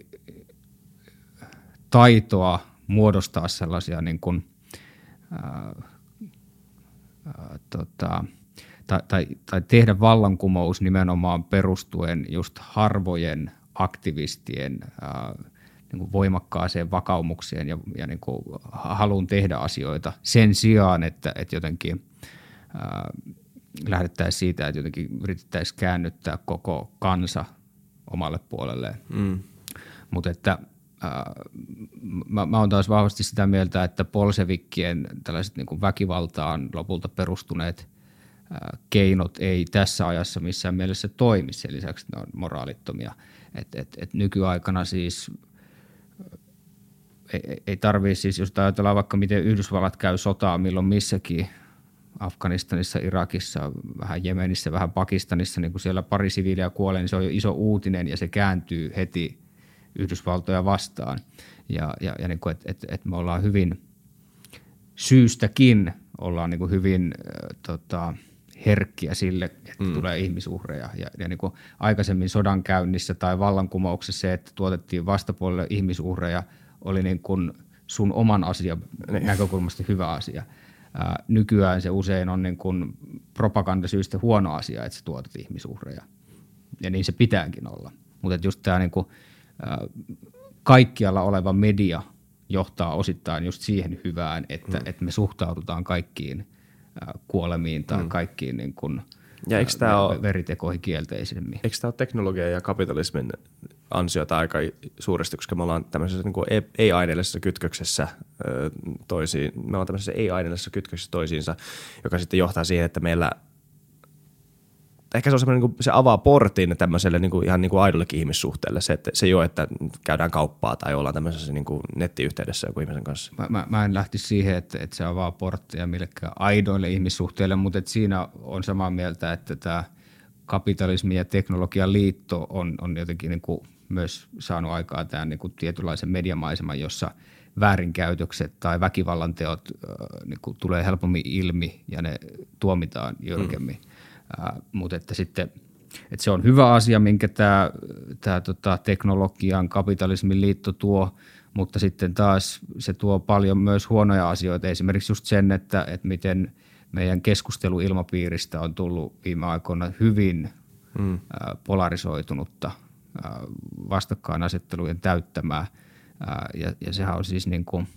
[SPEAKER 1] taitoa muodostaa sellaisia niin kuin, ää, ää, tota, tai, tai, tai tehdä vallankumous nimenomaan perustuen just harvojen aktivistien ää, niin kuin voimakkaaseen vakaumukseen ja, ja niin kuin haluun tehdä asioita sen sijaan, että, että jotenkin ää, lähdettäisiin siitä, että jotenkin yritettäisiin käännyttää koko kansa omalle puolelleen. Mm. Mutta että ää, mä, mä oon taas vahvasti sitä mieltä, että bolsevikkien tällaiset niin kuin väkivaltaan lopulta perustuneet ää, keinot ei tässä ajassa missään mielessä toimi. Sen lisäksi ne on moraalittomia. Et, et, et nykyaikana siis ei, ei tarvitse siis, jos ajatellaan vaikka miten Yhdysvallat käy sotaa milloin missäkin, Afganistanissa, Irakissa, vähän Jemenissä, vähän Pakistanissa, niin kun siellä pari siviiliä kuolee, niin se on jo iso uutinen ja se kääntyy heti Yhdysvaltoja vastaan. Ja, ja, ja niin että et, et me ollaan hyvin syystäkin, ollaan niin kuin hyvin äh, tota, herkkiä sille, että mm. tulee ihmisuhreja. Ja, ja niin kuin aikaisemmin sodankäynnissä tai vallankumouksessa se, että tuotettiin vastapuolelle ihmisuhreja, oli niin kuin sun oman asian näkökulmasta hyvä asia. Ää, nykyään se usein on niin kuin propagandasyistä huono asia, että sä tuotat ihmisuhreja. Ja niin se pitääkin olla. Mutta just tämä niin kuin, ää, kaikkialla oleva media johtaa osittain just siihen hyvään, että, mm. että me suhtaudutaan kaikkiin ää, kuolemiin tai mm. kaikkiin niin kuin,
[SPEAKER 2] ja eikö tämä
[SPEAKER 1] veritekoihin kielteisemmin.
[SPEAKER 2] Eikö tämä ole teknologian ja kapitalismin ansiota aika suuresti, koska me ollaan tämmöisessä niin kuin ei-aineellisessa kytköksessä toisiin, me ollaan tämmöisessä ei-aineellisessa kytköksessä toisiinsa, joka sitten johtaa siihen, että meillä ehkä se on semmoinen, niin kuin, se avaa portin tämmöiselle niin kuin, ihan niin kuin aidollekin ihmissuhteelle. Se, että, se ei ole, että käydään kauppaa tai ollaan tämmöisessä niin kuin nettiyhteydessä joku ihmisen kanssa.
[SPEAKER 1] Mä, mä, mä en lähtisi siihen, että, että se avaa porttia millekään aidoille ihmissuhteille, mutta että siinä on samaa mieltä, että tämä kapitalismi ja teknologian liitto on, on jotenkin niin kuin myös saanut aikaa tämän niin kuin tietynlaisen mediamaiseman, jossa väärinkäytökset tai väkivallan teot äh, niin kuin tulee helpommin ilmi ja ne tuomitaan jyrkemmin. Mm. Uh, mutta että sitten, että se on hyvä asia, minkä tämä, tämä tota, teknologian kapitalismin liitto tuo, mutta sitten taas se tuo paljon myös huonoja asioita. Esimerkiksi just sen, että, että miten meidän keskusteluilmapiiristä on tullut viime aikoina hyvin mm. uh, polarisoitunutta, uh, vastakkainasettelujen täyttämää. Uh, ja, ja sehän on siis niin kuin,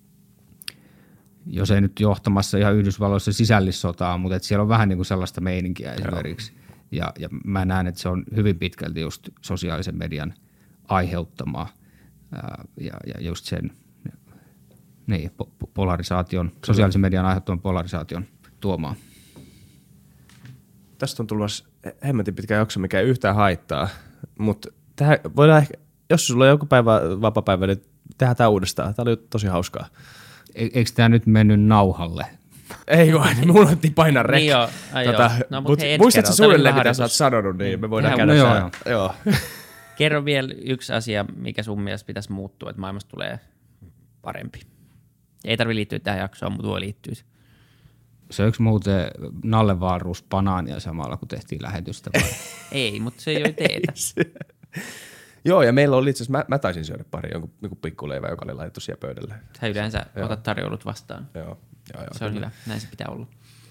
[SPEAKER 1] jos ei nyt johtamassa ihan Yhdysvalloissa sisällissotaa, mutta että siellä on vähän niin kuin sellaista meininkiä esimerkiksi. Ja, ja mä näen, että se on hyvin pitkälti just sosiaalisen median aiheuttamaa ää, ja, ja just sen niin, polarisaation, sosiaalisen median aiheuttaman polarisaation tuomaa.
[SPEAKER 2] Tästä on tullut hemmetin pitkä jakso, mikä ei yhtään haittaa, mutta tähän voidaan ehkä, jos sulla on joku päivä vapaa-päivä, niin tehdään tämä uudestaan. Tämä oli tosi hauskaa.
[SPEAKER 1] E- eikö tämä nyt mennyt nauhalle?
[SPEAKER 2] Ei vaan, niin mulla on painaa rek.
[SPEAKER 3] Niin joo, ai
[SPEAKER 2] tota,
[SPEAKER 3] no,
[SPEAKER 2] mut muistatko suunnilleen, mitä sä oot sanonut, niin me voidaan käydä
[SPEAKER 1] no, joo,
[SPEAKER 2] joo. joo.
[SPEAKER 3] Kerro vielä yksi asia, mikä sun mielestä pitäisi muuttua, että maailmasta tulee parempi. Ei tarvitse liittyä tähän jaksoon, mutta voi liittyä.
[SPEAKER 1] Söikö muuten Nalle Wahlroos banaania samalla, kun tehtiin lähetystä?
[SPEAKER 3] Ei, mutta se ei ole teetä.
[SPEAKER 2] Joo, ja meillä oli itse asiassa, mä, mä taisin syödä pari jonkun, jonkun pikkuleivä, joka oli laitettu siellä pöydälle.
[SPEAKER 3] Sä yleensä joo. otat tarjoulut vastaan.
[SPEAKER 2] Joo, joo, joo.
[SPEAKER 3] Se on hyvä, näin se pitää olla.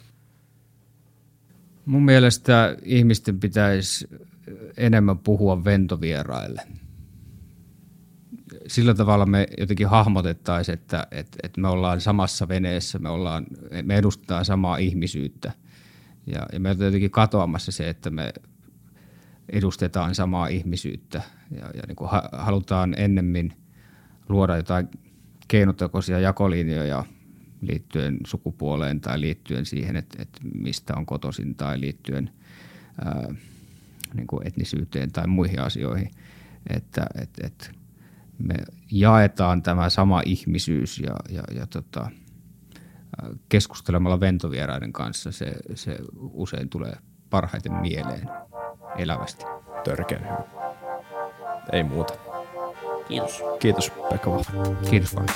[SPEAKER 1] Mun mielestä ihmisten pitäisi enemmän puhua ventovieraille. Sillä tavalla me jotenkin hahmotettaisiin, että, että, että me ollaan samassa veneessä, me, ollaan, me edustetaan samaa ihmisyyttä. Ja, ja meiltä on jotenkin katoamassa se, että me edustetaan samaa ihmisyyttä ja, ja niin kuin halutaan ennemmin luoda jotain keinotekoisia jakolinjoja liittyen sukupuoleen tai liittyen siihen, että, että mistä on kotoisin tai liittyen ää, niin kuin etnisyyteen tai muihin asioihin. Että, että, että me jaetaan tämä sama ihmisyys ja, ja, ja tota, keskustelemalla ventovieraiden kanssa se, se usein tulee parhaiten mieleen elävästi.
[SPEAKER 2] Törkeän hyvä. Ei muuta.
[SPEAKER 3] Kiitos.
[SPEAKER 2] Kiitos Pekka Vahva.
[SPEAKER 1] Kiitos paljon.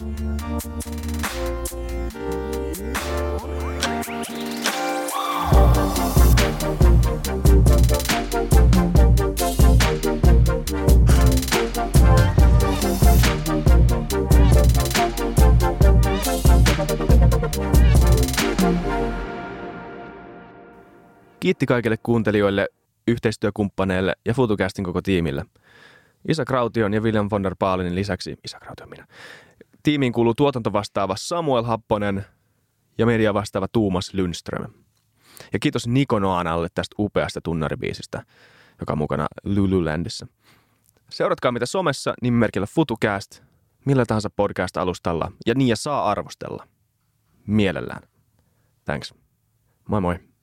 [SPEAKER 2] Kiitti kaikille kuuntelijoille, yhteistyökumppaneille ja FutuCastin koko tiimille. Isa Kraution ja William von der Baalinin lisäksi, Isa Kraution minä, tiimiin kuuluu tuotantovastaava Samuel Happonen ja media vastaava Tuumas Lundström. Ja kiitos Niko Noanalle tästä upeasta tunnaribiisistä, joka on mukana Lululandissa. Seuratkaa mitä somessa nimimerkillä FutuCast, millä tahansa podcast-alustalla ja niin ja saa arvostella. Mielellään. Thanks. Moi moi.